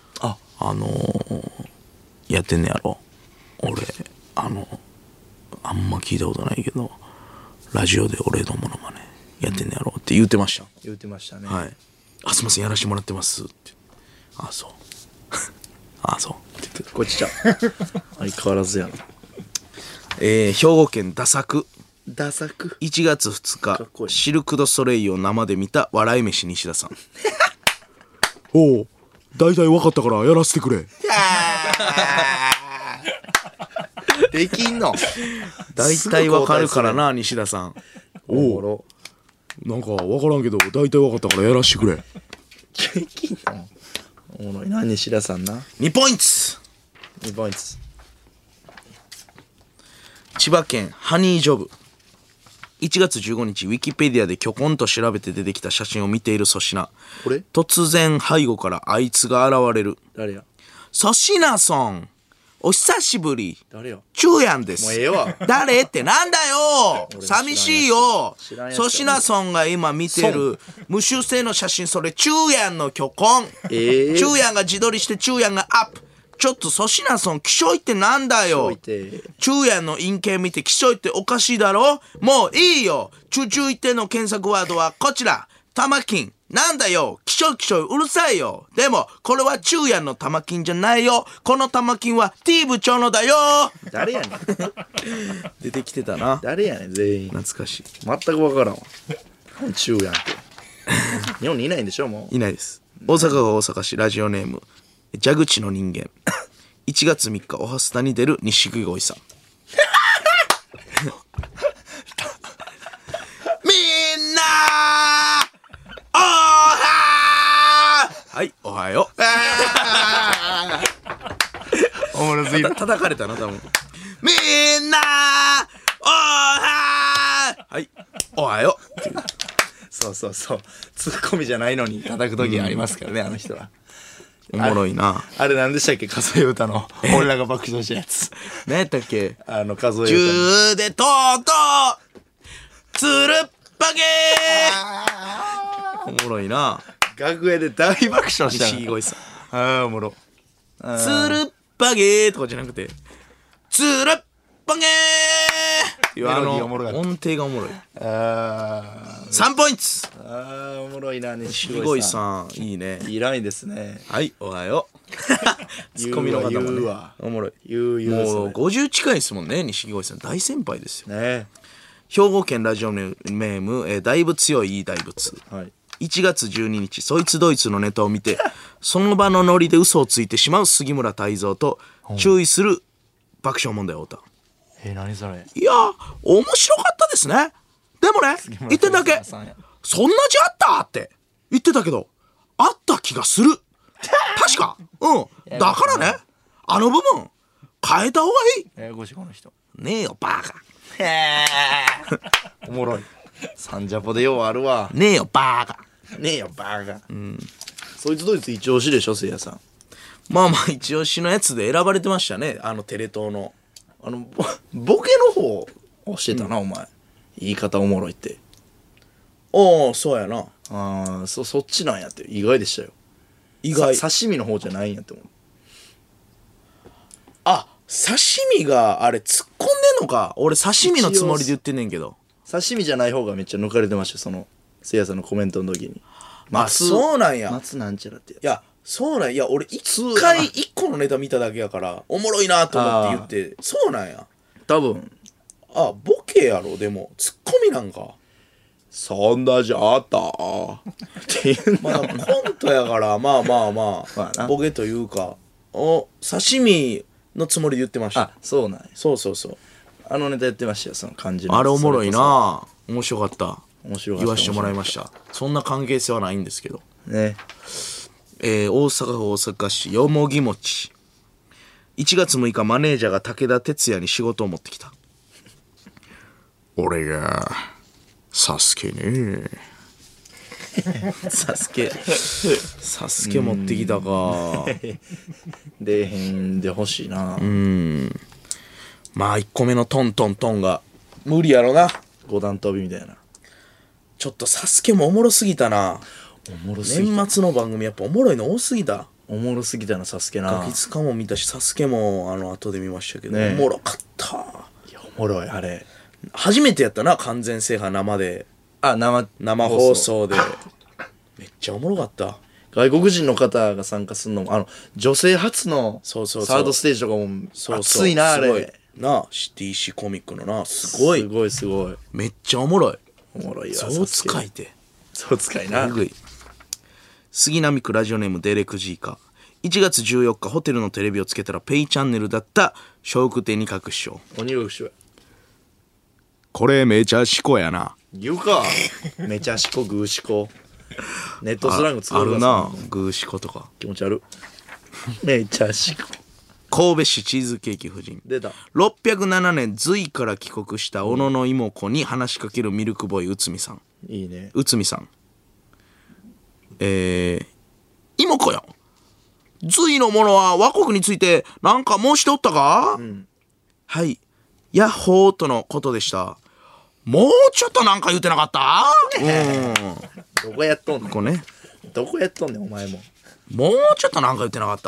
S2: やってんねやろ。俺あんま聞いたことないけどラジオで俺のモノマネやってんねやろって言ってました。
S1: 言ってましたね。
S2: はい。すいませんやらしてもらってますって。そうそうって言って
S1: こっちちゃう相変わらずやな。
S2: 兵庫県ダサク
S1: ダサく
S2: 1月2日
S1: っこいい
S2: シルク・ドゥ・ソレイユを生で見た笑い飯西田さんおう大体分かったからやらせてくれ。
S1: できんの
S2: 大体分かるからな西田さん。
S1: おもろ
S2: なんか分からんけど大体分かったからやらせてくれ。
S1: できんのおもろいな西田さんな。
S2: 2ポイント。
S1: 2ポイント。
S2: 千葉県ハニージョブ1月15日ウィキペディアでキョコンと調べて出てきた写真を見ている粗品。
S1: これ
S2: 突然背後からあいつが現れる。
S1: 誰や
S2: 粗品さんお久しぶり。
S1: 誰や
S2: チューヤンです。
S1: もうええわ
S2: 誰ってなんだよ
S1: 俺知らんやつ
S2: 寂しいよ。
S1: 知らんやつ
S2: 粗品さんが今見てる無修正の写真それチューヤンのキョコン。チューヤンが自撮りしてチューヤンがアップ。ちょっと粗品さん気象いってなんだよ。チューヤンの陰形見て気象いっておかしいだろ。もういいよ。チュチュいっての検索ワードはこちら。玉金。なんだよ。気象気象うるさいよ。でもこれはチューヤンの玉金じゃないよ。この玉金は T 部長のだよ。
S1: 誰やねん
S2: 出てきてたな。
S1: 誰やねん全員
S2: 懐かしい。
S1: 全く分からんわ中やんって日本にいないんでしょもう。
S2: いないです。大阪が大阪市ラジオネーム蛇口の人間1月3日おはスタに出る錦鯉さんみんなおははいおはようおもろすぎる叩かれたな多分みんなおははいおはよう
S1: そうそうそうツッコミじゃないのに叩く時ありますからね、あの人は。
S2: おもろいな。
S1: あれ何でしたっけ数え歌の俺らが爆笑したやつ
S2: 何やったっけ。
S1: 数え歌
S2: 10でとうとうつるっぱげーおもろいな。
S1: 楽屋で大爆笑した
S2: 錦鯉さん
S1: ああおもろ
S2: つるっぱげーとかじゃなくてつるっぱげーっていう
S1: メロディーおもろかった
S2: 音程がおもろい。
S1: あ
S2: 3ポイント。
S1: あおもろいな
S2: 錦鯉さんいいね。
S1: いいラインですね。
S2: はいおはようツッコミの方も
S1: 言う
S2: ね
S1: わ
S2: おもろい。
S1: 言う
S2: もう50近いですもんね錦鯉さん大先輩ですよ。
S1: ね
S2: 兵庫県ラジオネームだいぶ強い大仏
S1: はい
S2: 1月12日そいつドイツのネタを見てその場のノリで嘘をついてしまう杉村太蔵と注意する爆笑問題太田。
S1: 何それ
S2: いや面白かったですね。でもね言ってんだけそんな字あったって言ってたけどあった気がする確かだからねあの部分変えた方がいい。
S1: ごしこの人
S2: ねえよバカ
S1: おもろいサンジャポでようあるわ
S2: ねえよバカ
S1: ねえよバカそいつドイツ一押しでしょせいやさん。
S2: まあまあ一押しのやつで選ばれてましたねテレ東の
S1: ボケの方をしてたな、お前言い方おもろいって。
S2: おおそうやな。
S1: ああそっちなんやって意外でしたよ。
S2: 意外
S1: 刺身の方じゃないんやって思う。
S2: あ刺身があれ突っ込んでんのか。俺刺身のつもりで言ってんねんけど
S1: 刺身じゃない方がめっちゃ抜かれてましたよそのせいやさんのコメントの時に。
S2: あそうなんや。
S1: 松なんちゃらってやつ。
S2: いやそうなんや。俺一回一個のネタ見ただけやからおもろいなと思って言ってそうなんや。
S1: 多分
S2: ボケやろ。でもツッコミなんか。
S1: そんなじゃあったっていう
S2: まあコントやからまあ
S1: まあな
S2: ボケというか刺身のつもりで言ってました。
S1: そうなんや。
S2: そうそうそう。
S1: あのネタやってましたよ、その感じの。
S2: あれおもろいな。面白かった。
S1: 面白かった。
S2: 言わしてもらいました。そんな関係性はないんですけど
S1: ね。
S2: 大阪府大阪市よもぎ餅。1月6日マネージャーが武田鉄矢に仕事を持ってきた。俺がサスケね。サスケ持ってきたか。
S1: 出へんでほしいな。
S2: まあ1個目のトントントンが無理やろな。
S1: 五段跳びみたいな。
S2: ちょっとサスケもおもろすぎたな。
S1: おもろすぎた。
S2: 年末の番組やっぱおもろいの多すぎた。
S1: おもろすぎたな、サスケな。
S2: ガキツカも見たしサスケも後で見ましたけど、
S1: ね
S2: おもろかった。
S1: いやおもろいあれ。
S2: 初めてやったな、完全制覇生で。
S1: 生
S2: 放送でめっちゃおもろかった。
S1: 外国人の方が参加するのも女性初のサードステージとかも熱いなあれ
S2: な。DC コミックのな、すごいめっちゃおもろい。
S1: おもろいわ。
S2: 象使いて
S1: 象使いな。
S2: 杉並区ラジオネームデレクジーカ。1月14日ホテルのテレビをつけたらペイチャンネルだった笑福亭仁鶴師匠。
S1: 鬼越しよ。
S2: これめちゃしこやな。
S1: 言うか。めちゃしこグーしこ。ネットスラング使う
S2: あるな、グーシコとか。
S1: 気持ち悪い。めちゃしこ。
S2: 神戸市チーズケーキ夫人。
S1: 出た。
S2: 607年隋から帰国した小野の妹子に話しかけるミルクボーイ内海さん。
S1: いいね。
S2: 内海さん。妹子よ。隋の者は倭国について何か申しておったか？はい。ヤッホーとのことでした。もうちょっとなんか言ってなかった？
S1: どこやっとんねん。
S2: ここね。
S1: どこやっとんねんお前も。
S2: もうちょっとなんか言ってなかった？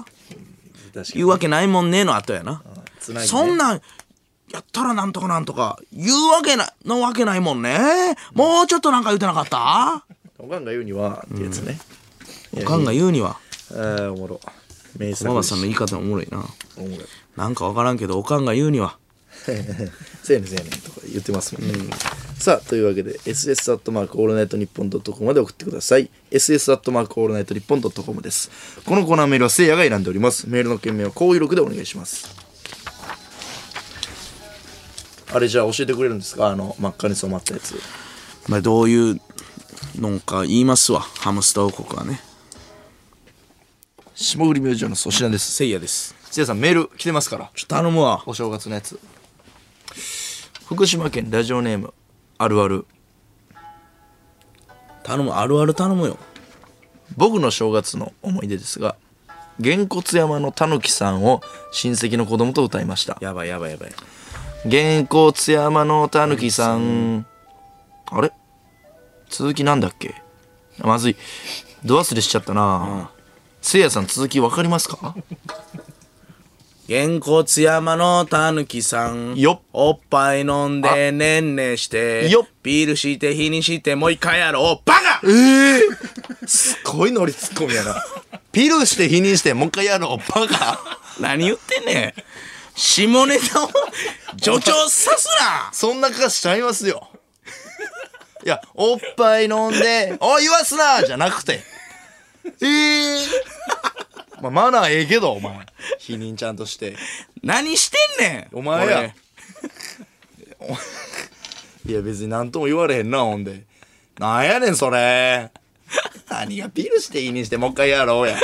S2: 言うわけないもんねの後やな。
S1: ね、
S2: そんなんやったらなんとかなんとか言うわけないもんね。もうちょっとなんか言ってなかった？
S1: おかんが言うにはってやつね。
S2: おかんが言うには。
S1: おもろ。名作。
S2: 駒場さんの言い方おもろいな。
S1: おもろい。
S2: なんかわからんけどおかんが言うには。
S1: せやねんとか言ってますもんね。さあというわけで SS アットマークオールナイトニッポンドットコムまで送ってください。 SS アットマークオールナイトニッポンドットコムです。このコーナーメールはせいやが選んでおります。メールの件名はこういう録でお願いします。あれじゃあ教えてくれるんですか？真っ赤に染まったやつ。
S2: まあどういうのか言いますわ。ハムスター王国はね。
S1: 霜降り明星の粗品です。
S2: せいやです。
S1: せいやさんメール来てますから。
S2: ちょっと頼むわ。
S1: お正月のやつ。福島県ラジオネームあるある。
S2: 頼む、あるある頼むよ。
S1: 僕の正月の思い出ですが、げんこつ山のたぬきさんを親戚の子供と歌いました。
S2: やばい。
S1: げんこつ山のたぬきさん。あれ続きなんだっけ？まずい。ど忘れしちゃったな。せいやさん続きわかりますか？
S2: げんこつ山のたぬきさん。
S1: よっ。
S2: おっぱい飲んでねんねして
S1: よっ。
S2: ビールして火にしてもう一回やろう。バカ！
S1: すごいノリツッコミやな。ピルして否認してもう一回やろう。バカ。
S2: 何言ってんねん。下ネタを助長さすな。
S1: そんな歌詞ちゃいますよ。いや、おっぱい飲んでおい言わすなじゃなくて、まあ、マナーええけどお前否認ちゃんとして
S2: 何してんねん
S1: お前や。いや別に何とも言われへんな。ほんでなんやねんそれ。何がピルして否認してもう一回やろうや。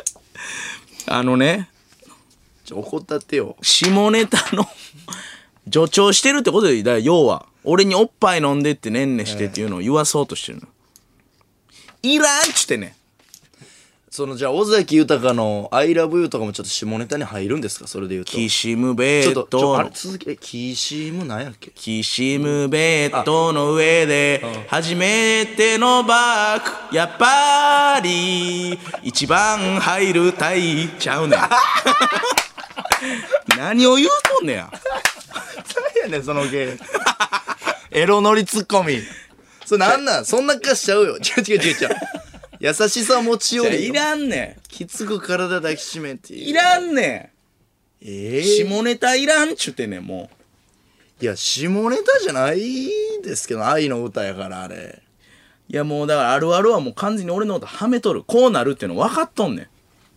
S1: 怒ったってよ。
S2: 下ネタの助長してるってことで、だから要は俺におっぱい飲んでってねんねしてっていうのを言わそうとしてるの。いらんっつってね。
S1: じゃあ尾崎豊の I love you とかもちょっと下ネタに入るんですか？それで言うと
S2: キシムベッド
S1: あれ続きキシムなんやっけ？
S2: キシムベッドの上で初めてのバークやっぱり一番入るタイちゃうねん。何を言うとんねや。
S1: 何やねんその芸。エロノリツッコミ。それなんなん？そんな歌しちゃうよ。違う。 優しさ持ち寄り
S2: いらんね
S1: きつく体抱きしめて
S2: んいらんねん
S1: 下
S2: 下ネタいらんちゅってねんも
S1: いや下ネタじゃないですけど愛の歌やからあれ
S2: ういやもうだからあるあるはもう完全に俺のことはめとるこうなるっていうの分かっとんね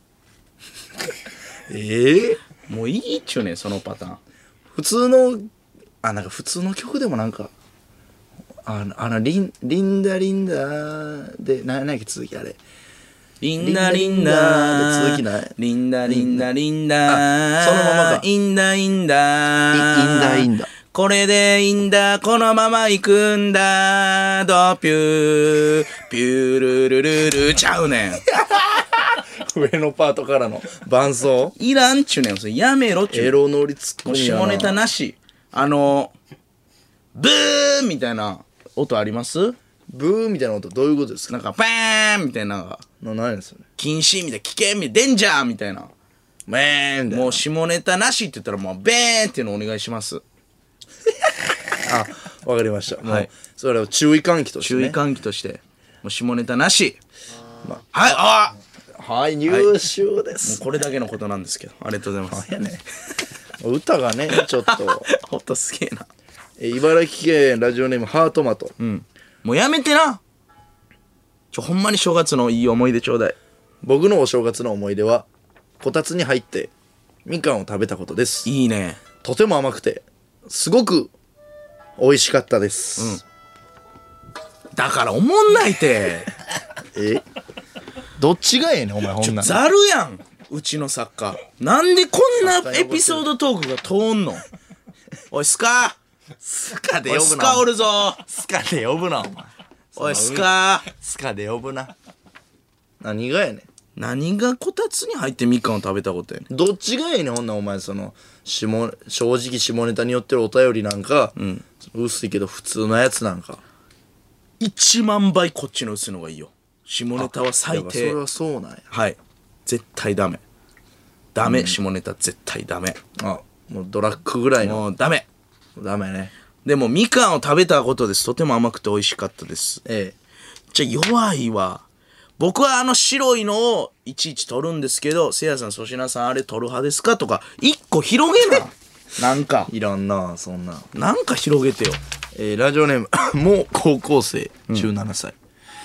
S2: んもういいっちゅうねんそのパターン
S1: 普通のなんか普通の曲でもなんかリンダリンダで何やっけ続きあれ
S2: リンダリンダ
S1: で続きない
S2: リンダリンダリンダ
S1: そのままか
S2: インダインダ
S1: インダ
S2: これでいいんだこのまま行くんだドピューピュールルルルちゃうねん
S1: 上のパートからの伴奏
S2: いらんちゅうねんそれやめろっちゅう
S1: エロノリツッコ
S2: もう
S1: ミやな
S2: 下ネタなしブーみたいな音あります
S1: ブーみたいな音どういうことですか
S2: なんかバーンみたいな
S1: 何ですよね
S2: 禁止みたいな危険みたいなデンジャーみたいな
S1: メーン
S2: もう下ネタなしって言ったらもうベーンっていうのお願いします
S1: わかりましたもう、
S2: はい、
S1: それを注意喚起としてね
S2: 注意喚起としてもう下ネタなし、
S1: はいはい優秀です、
S2: もうこれだけのことなんですけどありがとうございます
S1: ね歌がねちょっと
S2: ほんとすげえな
S1: 茨城県ラジオネームハートマト、
S2: もうやめてなほんまに正月のいい思い出ちょうだい
S1: 僕のお正月の思い出はこたつに入ってみかんを食べたことです
S2: いいね
S1: とても甘くてすごく美味しかったです、
S2: だからおもんないて
S1: どっちがええねんお前ほんなん
S2: ざるやんうちの作家なんでこんなエピソードトークが通んのおいスカ
S1: スカで
S2: おいスカおるぞ
S1: スカで呼ぶなお前
S2: おいスカ
S1: スカで呼ぶな何がやねん
S2: 何がこたつに入ってみかんを食べたことやねん
S1: どっちがええねんほんなんお前その正直下ネタによってるお便りなんか、薄いけど普通のやつなんか
S2: 1万倍こっちの薄いのがいいよ下ネタは最低
S1: それはそうなんや
S2: はい絶対ダメ下ネタ絶対ダメ
S1: もうドラッグぐらいの
S2: もうダメ
S1: ね
S2: でもみかんを食べたことです。とても甘くて美味しかったです。
S1: ええ
S2: じゃあ弱いわ。僕は白いのをいちいち取るんですけど、せいやさん粗品さんあれ取る派ですかとか一個広げななんか
S1: いらんなそんな
S2: なんか広げてよ。
S1: ラジオネームもう高校生17歳、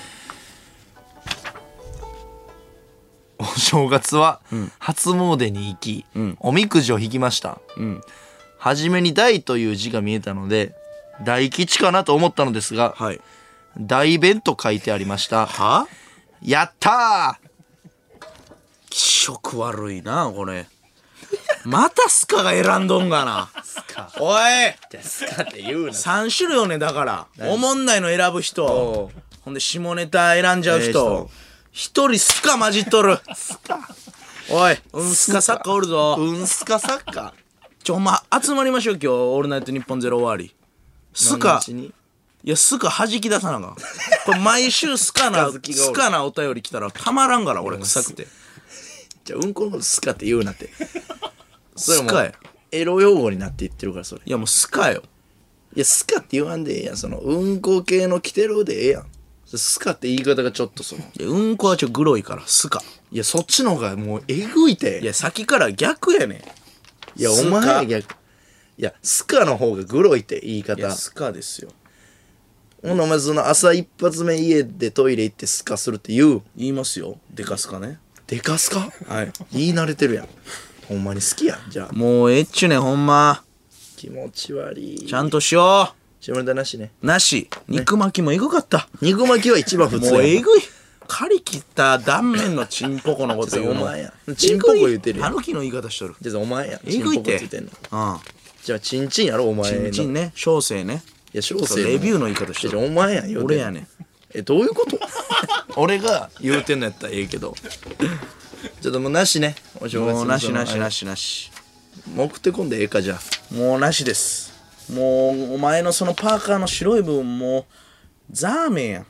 S1: お正月は初詣に行き、おみくじを引きました、初めに大という字が見えたので大吉かなと思ったのですが、
S2: はい。
S1: 大弁と書いてありました。
S2: は
S1: やったー。
S2: 気色悪いなこれ。またスカが選んどんがな。おい
S1: スカって言うな。
S2: 3種類よねだからおもんないの選ぶ人ほんで下ネタ選んじゃう人一人スカ混じっとるおいスカサッカーおるぞ
S1: スカサッカー
S2: ほんま集まりましょう今日オールナイトニッポンゼロ終わりスカいやスカ弾き出さなあかんこれ毎週スカなお便り来たらたまらんから俺臭くて
S1: じゃあうんこのことスカって言うなってそれも
S2: スカや
S1: エロ用語になっていってるからそれ
S2: いやもうスカよ
S1: いやスカって言わんでええやんそのうんこ系の着てるでええやんスカって言い方がちょっとその
S2: いやうんこはグロいからスカ
S1: いやそっちの方がもうえぐいて
S2: いや先から逆やねん
S1: いやお前が逆いやスカの方がグロいって言い
S2: いや
S1: 方
S2: スカですよ
S1: ほんなお前その朝一発目家でトイレ行ってスカするって言う
S2: 言いますよデカスカね
S1: でかすか
S2: はい
S1: 言い慣れてるやんほんまに好きやんじゃあ
S2: もうえっちゅねほんま
S1: 気持ち悪い
S2: ちゃんとしよ
S1: 下ネタなしね
S2: うなし肉巻きもえぐかった
S1: 肉巻きは一番普通
S2: もうえ
S1: やん
S2: ぐい刈り切った断面のチンポコのこと言うの
S1: お前やんチンポコ言うてるやん
S2: タヌキの言い方しとる
S1: じゃあお前やん
S2: えぐいて
S1: チンポコついてんの
S2: うん
S1: じゃあチンチンやろお前の
S2: チンチンね小生ね
S1: いや小生
S2: レビューの言い方しとる
S1: じゃあお前やん言うてんの
S2: 俺やねん
S1: どういうこと俺が言うてんのやったらええけどちょっともうなしねお正月
S2: もうなしなし
S1: し
S2: なしなし
S1: 持ってこんでええかじゃあ
S2: もうなしですもうお前のそのパーカーの白い部分もうザーメンやん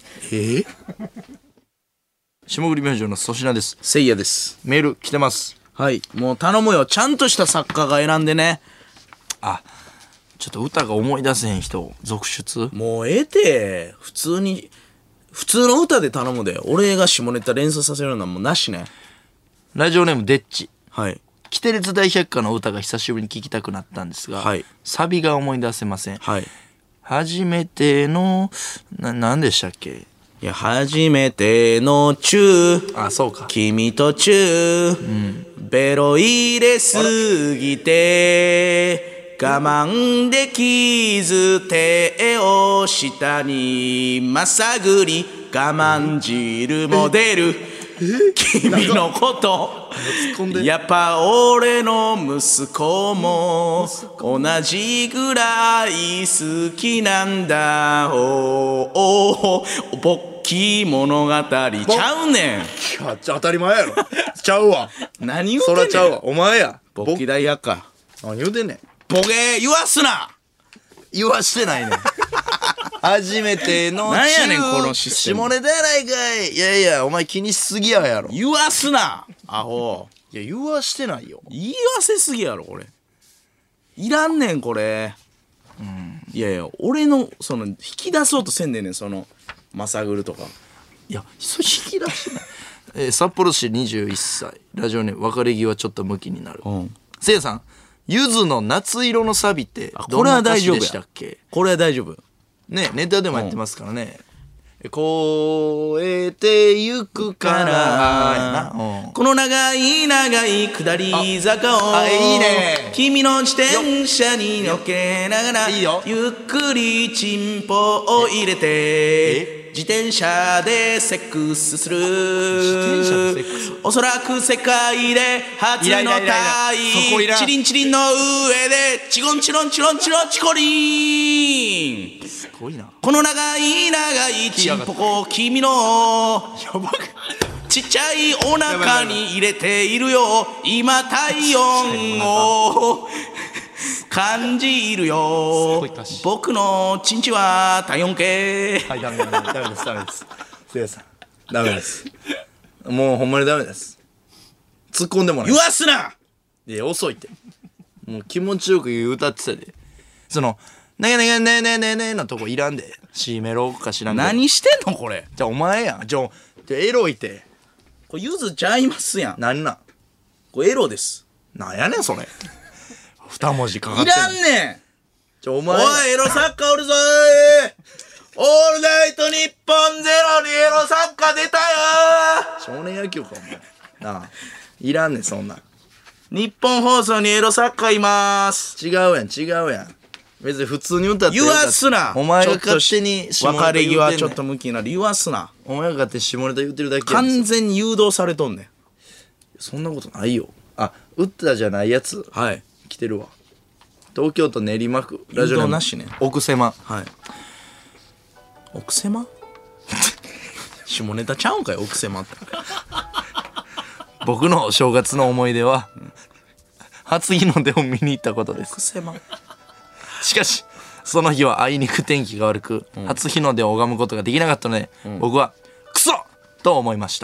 S1: 霜降り明星の粗品です
S2: せいやです
S1: メール来てます
S2: はいもう頼むよちゃんとした作家が選んでね
S1: ちょっと歌が思い出せへん人続出
S2: もうええて普普通の歌で頼むで。俺が下ネタ連想させるのはもうなしね。
S1: ラジオネームデッチ。
S2: はい。
S1: キテレツ大百科の歌が久しぶりに聴きたくなったんですが、
S2: はい、
S1: サビが思い出せません。
S2: はい。
S1: 初めての何でしたっけ。
S2: いや、初めてのチュー。
S1: あ、そうか。
S2: 君とチュー。ベロ入れすぎて我慢できず手を下にまさぐり我慢汁も出る君のことやっぱ俺の息子も同じぐらい好きなんだお勃起物語ちゃうねん。
S1: 当たり前やろ。ちゃうわ。
S2: 何言うてんねん。
S1: そらちゃうわ。お前や。
S2: 勃起大百科。
S1: 何言うてんねん。
S2: ボケ言わすな。
S1: 言わしてないねん。初めての
S2: なんやねんこのシステム。
S1: 下ネタやないかい。いやいや、お前気にしすぎやろ。
S2: 言わすなアホ。
S1: いや、言わしてないよ。
S2: 言わせすぎやろこれ。いらんねんこれ。いやいや、俺のその引き出そうとせんねんねん、そのまさぐるとか。
S1: いや、それ引き出してない。札幌市21歳ラジオネーム別れ際ちょっとムキになる。せいやさん、ゆずの夏色のサビってどんな歌詞でしたっけ。
S2: これは大丈夫
S1: ね、ネタでもやってますからね。越えてゆくからやな。
S2: この長い長い下り坂を
S1: いいね。
S2: 君の自転車に乗っけながら
S1: いいよ。
S2: ゆっくりチンポを入れて自転車でセックスする。
S1: 自転車でセックス。
S2: おそらく世界で初のタイ。チリンチリンの上でチゴンチロンチロンチロンチコリン。
S1: すごいな。
S2: この長い長いチンポコ君のちっちゃいお腹に入れているよ。今体温を感じるよ。僕のチンチは体温計。
S1: はい、ダメです。せいやさん、ダメです。もうほんまにダメです。突っ込んでもない。
S2: 言わすな。
S1: いや、遅いって。もう気持ちよく歌ってたで。そのねえねえねえねえねえねえのとこいらんで。Cメロかしらんけど。
S2: 何してんのこれ。
S1: じゃあお前やん。エロいて。
S2: これゆずちゃいますやん。
S1: なんなん。
S2: これエロです。
S1: なんやねんそれ。二文字かかって
S2: いらんねん。
S1: お前。
S2: おい、エロ作家おるぞー。オールナイトニッポンゼロにエロ作家出たよー。
S1: 少年野球かお前。なあ。いらんねんそんなん。
S2: 日本放送にエロ作家いまーす。
S1: 違うやん。別に普通に歌って
S2: 言わすな。
S1: お前が勝手に下ネタ言うてんねん。
S2: 別れ際ちょっと向きになる。言わすな。
S1: お前が勝手に下ネタ言ってるだけやん。
S2: 完全に誘導されとんねん。
S1: そんなことないよ。あ、歌じゃないやつ
S2: はい
S1: 来てるわ。東京都練馬区
S2: 誘導なしね。
S1: 奥狭。
S2: はい。奥狭下ネタちゃうんかい奥狭って。
S1: 僕の正月の思い出は初日の出を見に行ったことです。
S2: 奥狭。
S1: しかしその日はあいにく天気が悪く、初日の出を拝むことができなかったので、僕はクソと思いました。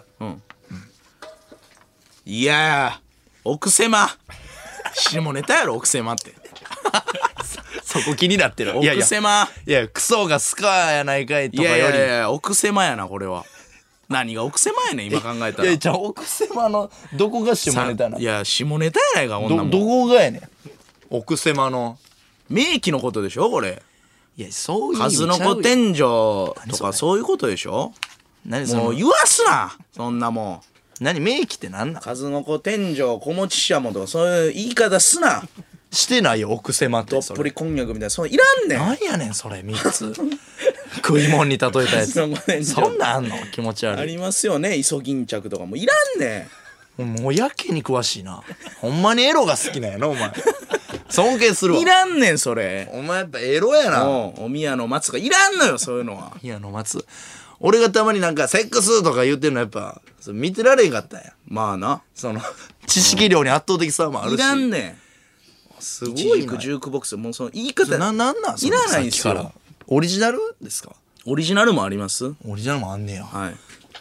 S2: いやー、奥狭。下ネタやろ奥狭って。
S1: そこ気になってる。
S2: 奥狭。
S1: いやクソがスカーやないかいとかより。
S2: いや奥狭やなこれは。何が奥狭やねん今考えたら。
S1: いやじゃあ奥狭のどこが下ネタなの。
S2: いや下ネタやないかこんなもん。
S1: どこがやねん奥狭の
S2: 名器のことでしょこれ。
S1: いやそういう
S2: 数の子天井とかそういうことでしょ。
S1: 何その
S2: もう言わすなそんなもん。
S1: 何名器って何なん。
S2: 数の子天井子持ちしゃもとかそういう言い方すな。
S1: してないよ奥狭って。
S2: どっぷりこんにゃくみたいなそういらんねん。
S1: なんやねんそれ3つ食い物に例えたやつ。
S2: 数の子天井
S1: そんなんあんの気持ち悪い。
S2: ありますよね。イソギンチャクとかもいらんねん。
S1: もうやけに詳しいな。ほんまにエロが好きなんやなお前。尊敬するわ。
S2: いらんねんそれ。
S1: お前やっぱエロやな。
S2: お宮の松がいらんのよそういうのは。
S1: いやの松。俺がたまになんかセックスとか言ってんのやっぱ見てられんかったんや。
S2: まあな。
S1: その知識量に圧倒的差もあるし。
S2: いらんねん。
S1: すごいな。
S2: ジュークボックスもうその言い方
S1: なんなん
S2: いらないんすよ。
S1: オリジナルですか。
S2: オリジナルもあります。
S1: オリジナルもあんねや。
S2: はい。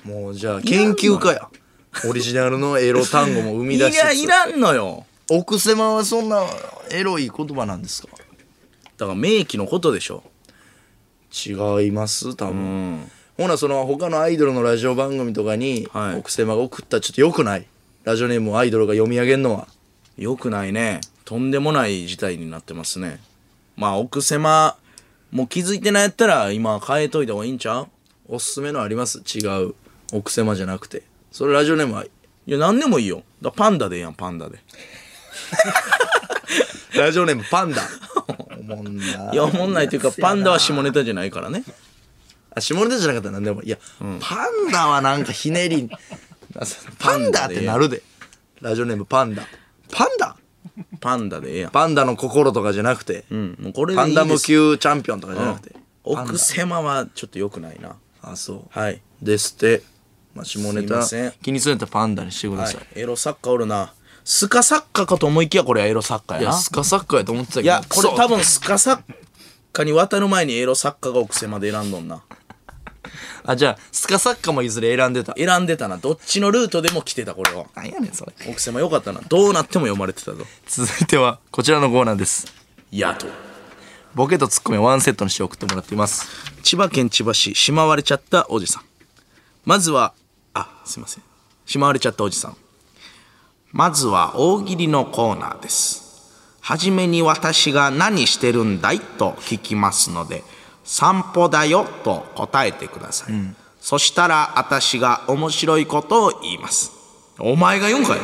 S1: もうじゃあ研究家や。オリジナルのエロ単語も生み出しつつ。
S2: いらんのよ。
S1: 奥狭はそんなエロい言葉なんですか。
S2: だから名器のことでしょ。
S1: 違います多分。 ほなその他のアイドルのラジオ番組とかに、
S2: はい
S1: 奥狭間が送ったらちょっとよくない？ラジオネームをアイドルが読み上げんのは。
S2: よくないね。とんでもない事態になってますね。まあ奥狭もう気づいてないやったら今変えといた方がいいんちゃう？
S1: おすすめのあります？違う奥狭じゃなくて。それラジオネームはい
S2: や何でもいいよ。パンダでええやん、パンダで。
S1: ラジオネームパンダ。おもんない
S2: やおもんないというかパンダは下ネタじゃないからね。
S1: あ、下ネタじゃなかったら何でもいい。いや、パンダはなんかひねりパンダってなるで。ラジオネームパンダ。パンダ
S2: パンダでええやん。
S1: パンダの心とかじゃなくて、
S2: もうこれで
S1: パンダ無
S2: いいです。
S1: 級チャンピオンとかじゃなくて、
S2: 奥狭はちょっと良くないな。
S1: あ、そう
S2: はい。
S1: ですって。まあ、下ネ
S2: すい
S1: タ
S2: ません
S1: 気にするんやったらパンダにしてください。
S2: エロ作家おるな。スカ作家かと思いきやこれはエロ作家やな。
S1: いや、スカサッカーやと思ってたけど。
S2: いやこれ多
S1: 分。
S2: 分スカ作家に渡る前にエロ作家が奥狭で選んどんな。
S1: あ、じゃあ、スカサッカーもいずれ選んでた。
S2: 選んでたな。どっちのルートでも来てたこれは。
S1: なんやねん、それ。
S2: 奥狭よかったな。どうなっても読まれてたぞ。
S1: 続いては、こちらのコーナーです。
S2: やと。
S1: ボケとツッコミをワンセットにして送ってもらっています。
S2: 千葉県千葉市しまわれちゃったおじさん。まずはすいません、しまわれちゃったおじさん。まずは大喜利のコーナーです。はじめに私が何してるんだいと聞きますので、散歩だよと答えてください、そしたら私が面白いことを言います。お前が言うんかい。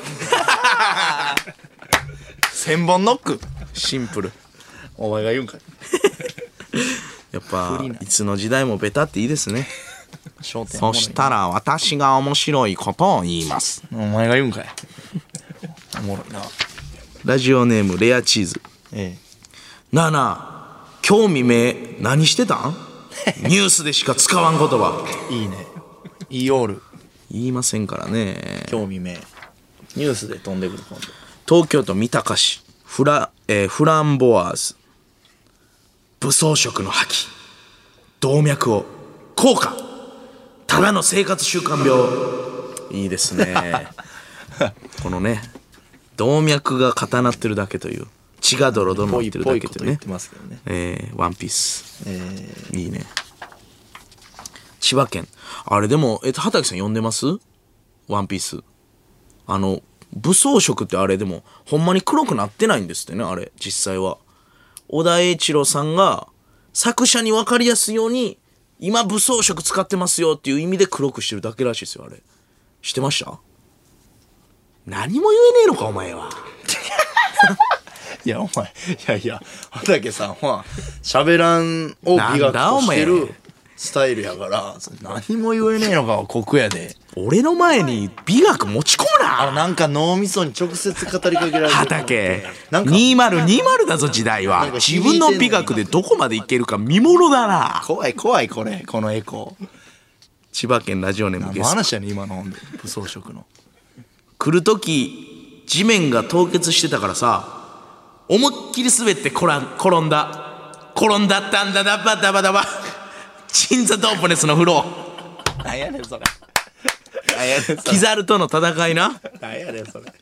S1: 千本ノック。
S2: シンプル。
S1: お前が言うんかい。
S2: やっぱいつの時代もベタっていいですね。
S1: 焦点。
S2: そしたら私が面白いことを言います。
S1: お前が言うんかい。おもろいな。
S2: ラジオネームレアチーズ。
S1: え
S2: なあなあ、今日未明何してたん？ニュースでしか使わん言葉。
S1: え。いいね。イオール。
S2: 言いませんからね。
S1: 今日未明。ニュースで飛んでくる今度。
S2: 東京都三鷹市フランボワーズ。武装色の覇気。動脈を効果。ただの生活習慣病。いいですね。このね、動脈が固なってるだけという、血がドロドロなってるだけというね。ワンピース。いいね。千葉県。あれでも、畑さん読んでます？ワンピース。武装色ってあれでも、ほんまに黒くなってないんですってね、あれ、実際は。小田栄一郎さんが、作者に分かりやすいように、今武装色使ってますよっていう意味で黒くしてるだけらしいですよ、あれ。知ってました？何も言えねえのか、お前は。
S1: いや、お前、いや、畑さんは、喋らんを美学としてるスタイルやから、何も言えねえのかは酷やで。
S2: 俺の前に美学持ち込むな。
S1: なんか脳みそに直接語りかけられる。
S2: 畑、
S1: なんか
S2: 2020だぞ、時代は。自分の美学でどこまでいけるか見ものだな。
S1: 怖い、このエコー。
S2: 千葉県ラジオネーム
S1: 何
S2: ゲスト。
S1: の話やねん、今の武装色の。
S2: 来るとき、地面が凍結してたからさ、思いっきり滑って転んだったんだ、ダバダバダバ。チンザドープネスの風呂。
S1: 何やねん、それ。
S2: キザルとの戦いな。
S1: 何やねん、それ。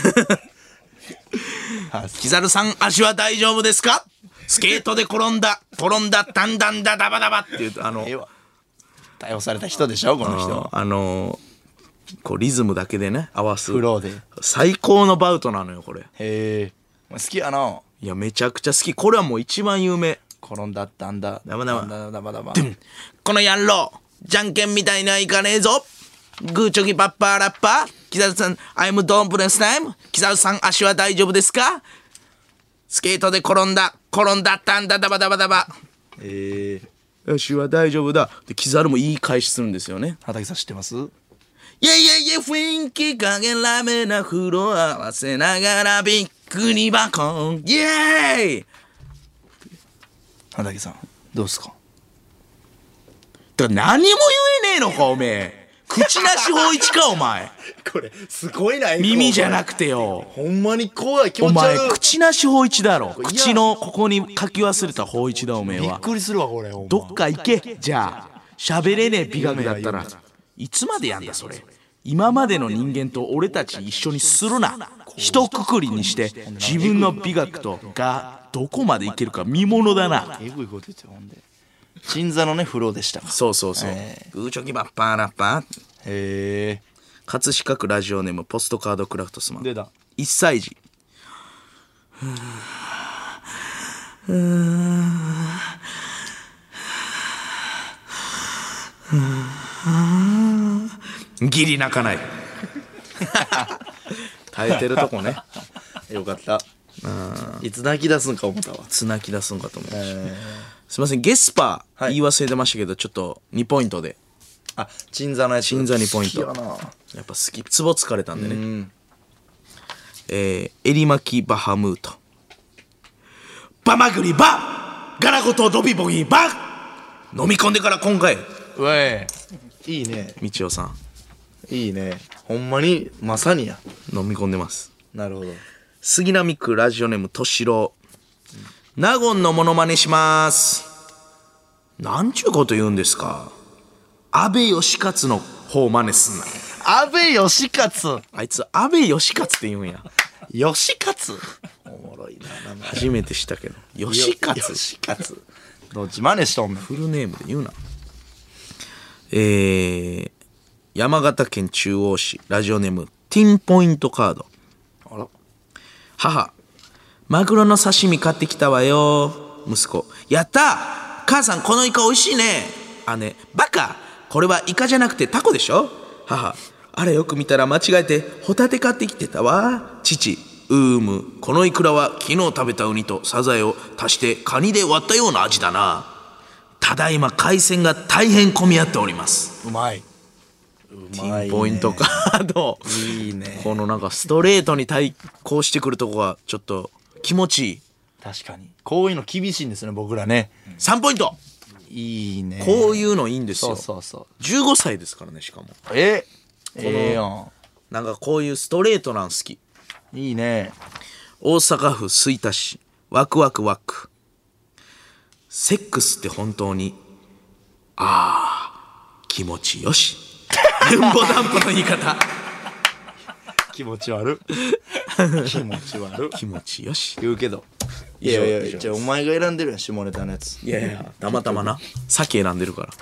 S2: キザルさん、足は大丈夫ですか？スケートで転んだ、タンダンダダバダバって言うと、
S1: 逮捕された人でしょ、この人。
S2: こうリズムだけでね合わす
S1: フローで。
S2: 最高のバウトなのよこれ。
S1: へえ。好きやな。
S2: いやめちゃくちゃ好き。これはもう一番有名。
S1: 転んだったんだ。
S2: ダバダバ
S1: ダバダバ。
S2: この野郎、じゃんけんみたいにはいかねえぞ。グーチョキパッパーラッパー。キザルさん、アイムドンプレスタイム。キザルさん、足は大丈夫ですか？スケートで転んだったんだ、ダバダバダバ。足は大丈夫だ。でキザルもいい返しするんですよね。
S1: 畑さん知ってます？
S2: いやいやいや、雰囲気かげらめな風呂合わせながらびっくり箱イエーイ。
S1: 畑さんどうすか？
S2: だから何も言えねえのかおめえ。口なし法一かお前。
S1: これすごいな。
S2: 耳じゃなくてよ。
S1: ほんまに怖い。気持
S2: お
S1: ち悪い。
S2: 前口なし法一だろ。口のここに書き忘れた法一だおめえ
S1: びっ
S2: は。
S1: くりするわこれ。ほんま
S2: どっか行け。じゃあ喋れねえ美学だったらいつまでやんだそれ。今までの人間と俺たち一緒にするな。一括りにして自分の美学とがどこまでいけるか見ものだな。
S1: えぐいこと言ってたほんで。 鎮座のね風呂でしたか。
S2: そうそうそう、グーチョキバッパーラッパー。
S1: へえ。
S2: 葛飾区ラジオネームポストカードクラフトスマン。
S1: 出た。
S2: 1歳児。ギリ泣かない。耐えてるとこね。
S1: よかった。いつ泣き出すんか思ったわ。
S2: つ泣き出すんかと思うし、すいませんゲスパー言い忘れてましたけど、ちょっと2ポイントで。
S1: あ、鎮座のやつ。
S2: 鎮座2ポイント。
S1: 好きやな。
S2: やっぱ好き。ツボ疲れたんでね。エリマキバハムート。バマグリバガラゴトドビボギバ飲み込んでから今回。
S1: うえいいね。
S2: みちおさん
S1: いいね。ほんまにまさにや。
S2: 飲み込んでます。
S1: なるほど。
S2: 杉並区ラジオネームとしろ。納言のモノマネします。なんちゅうこと言うんですか。安倍義勝の方真似すんな。
S1: 安倍義勝。
S2: あいつ安倍義勝って言うんや。
S1: 義勝。おもろいな名前。
S2: 初めて知ったけど。義勝。
S1: 義勝。どっち真似しとんねん。
S2: フルネームで言うな。山形県中央市ラジオネームティンポイントカード。
S1: あら。
S2: 母、マグロの刺身買ってきたわよ。息子、やった母さんこのイカ美味しいね。姉、バカこれはイカじゃなくてタコでしょ。母、あれよく見たら間違えてホタテ買ってきてたわ。父、このイクラは昨日食べたウニとサザエを足してカニで割ったような味だな。ただいま海鮮が大変混み合っております。
S1: うまい。
S2: ティンポイントカード。
S1: いいね。
S2: このなんかストレートに対抗してくるとこがちょっと気持ちいい。
S1: 確かに。こういうの厳しいんですね僕らね。
S2: 3ポイント。
S1: いいね。
S2: こういうのいいんですよ。
S1: そうそうそう。
S2: 15歳ですからねしかも。
S1: ええやん。
S2: なんかこういうストレートなん好き。
S1: いいね。
S2: 大阪府吹田市ワクワクワク。セックスって本当に気持ちよし。ユンボダンプの言い方。
S1: 気持ち悪気持ち悪
S2: 気持ちよし
S1: 言うけど。いやいやいや、じゃあお前が選んでるやん下ネタのやつ。
S2: いやいやたまたまな酒選んでるから。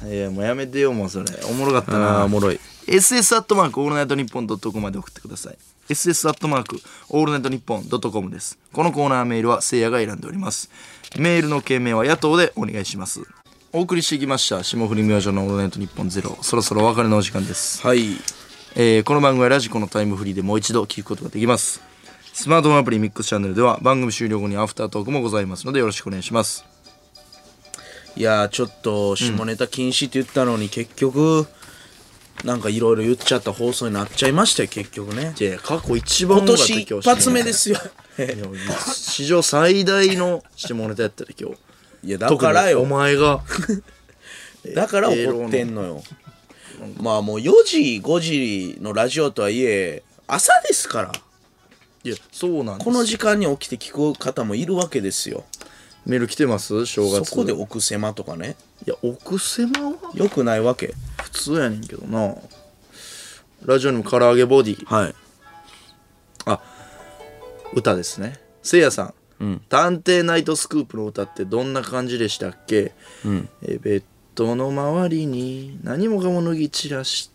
S1: いやもうやめてよもうそれ。おもろかったな。
S2: おもろい。
S1: ss アットマークオールナイトニッポンドットコムまで送ってください。ss アットマークオールナイトニッポンドットコムです。このコーナーメールはせいやが選んでおります。メールの件名は野党でお願いします。お送りしてきました霜降り明星のオールナイトニッポンゼロ、そろそろお別れのお時間です。
S2: はい。
S1: この番組はラジコのタイムフリーでもう一度聞くことができます。スマートフォンアプリミックスチャンネルでは番組終了後にアフタートークもございますのでよろしくお願いします。
S2: いやちょっと下ネタ禁止って言ったのに結局なんかいろいろ言っちゃった放送になっちゃいましたよ結局ね。
S1: いや過去一番
S2: 今年一発目ですよ。
S1: 史上最大の下ネタやったで今日。
S2: いやだからよ
S1: お前が
S2: だから怒ってんのよ。まあもう4時5時のラジオとはいえ朝ですから。
S1: いやそうなんです。
S2: この時間に起きて聞く方もいるわけですよ。
S1: メール来てます正月。
S2: そこで奥狭とかね。
S1: いや奥狭は
S2: よくないわけ。
S1: 普通やねんけどな。ラジオにも唐揚げボディ。
S2: はい。
S1: あ歌ですね。せいやさん、探偵ナイトスクープの歌ってどんな感じでしたっけ。ベッドの周りに何もかも脱ぎ散らして、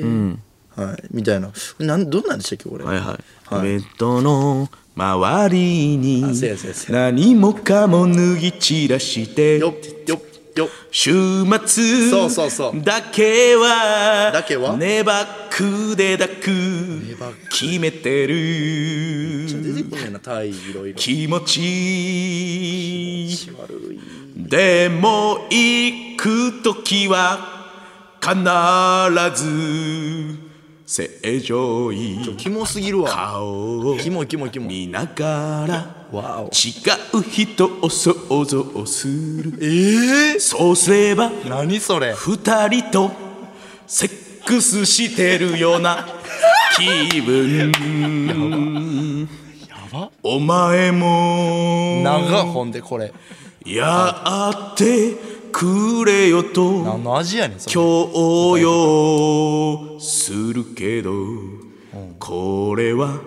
S1: はいみたいな。どんなんでしたっけこれ。
S2: はいはい。ベッドの周りに
S1: せやせやせ
S2: 何もかも脱ぎ散らして
S1: よっよっよっ
S2: 週末
S1: そうそうそう
S2: だけは
S1: だけは
S2: ネバクで抱く
S1: バク
S2: 決めてる
S1: 出てこねえなタイいろいろ
S2: 気持ちいい
S1: 悪い。
S2: でも行くときは必ず正常位
S1: キモすぎるわ。
S2: 顔を
S1: キモいキモいキモい。
S2: 見ながら
S1: わお。
S2: 違う人を想像する。そうすれば
S1: 何それ。
S2: 二人とセックスしてるような気分。
S1: やば。
S2: お前も
S1: 長ほんでこれ
S2: やってくれよと
S1: 何の味やねんそれ。
S2: 強要するけど、これは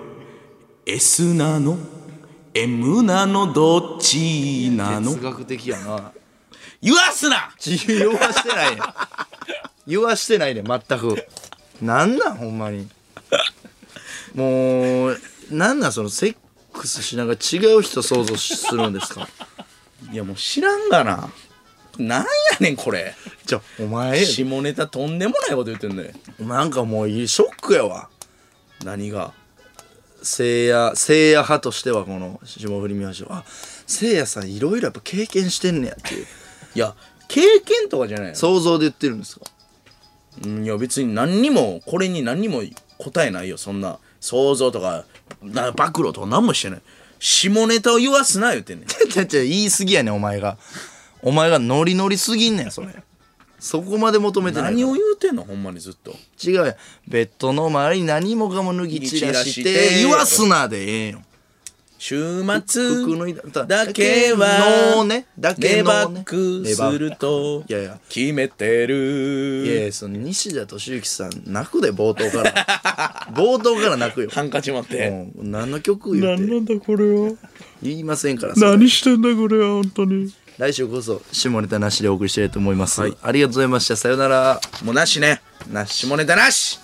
S2: S なの M なのどっちなの。
S1: 哲学的やな。
S2: 言わすな。
S1: 言わしてないねん。言わしてないねん、全く。なんなんほんまに。もうなんなんそのセックスしながら違う人想像するんですか。
S2: いやもう知らんがな。なんやねんこれ。
S1: お前
S2: 下ネタとんでもないこと言ってんね。
S1: なんかもうショックやわ。
S2: 何が。
S1: せいや派としてはこの霜降り明星せいやさんいろいろやっぱ経験してんねやっていう。
S2: いや経験とかじゃないの。
S1: 想像で言ってるんですか。
S2: いや別に何にもこれに何にも答えないよ。そんな想像とか暴露とか何もしてない。下ネタを言わすな言ってんねん。
S1: 言い過ぎやねんお前がノリノリすぎんねんそれ。そこまで求めてない。
S2: 何を言うてんのほんまにずっと。
S1: 違うやん。ベッドの周りに何もかも脱ぎ散らして言わすなでええよ。
S2: 週末だけはレバックすると決めてる。
S1: いやその西田敏行さん泣くで冒頭から泣くよ。
S2: ハンカチ持って
S1: 何の曲言うて
S2: 何なんだこれは
S1: 言いませんから。
S2: 何してんだこれは本当に。
S1: 来週こそ下ネタなしでお送りしたいと思います、はい、ありがとうございました。さよなら。
S2: もうなしね。下ネタなし。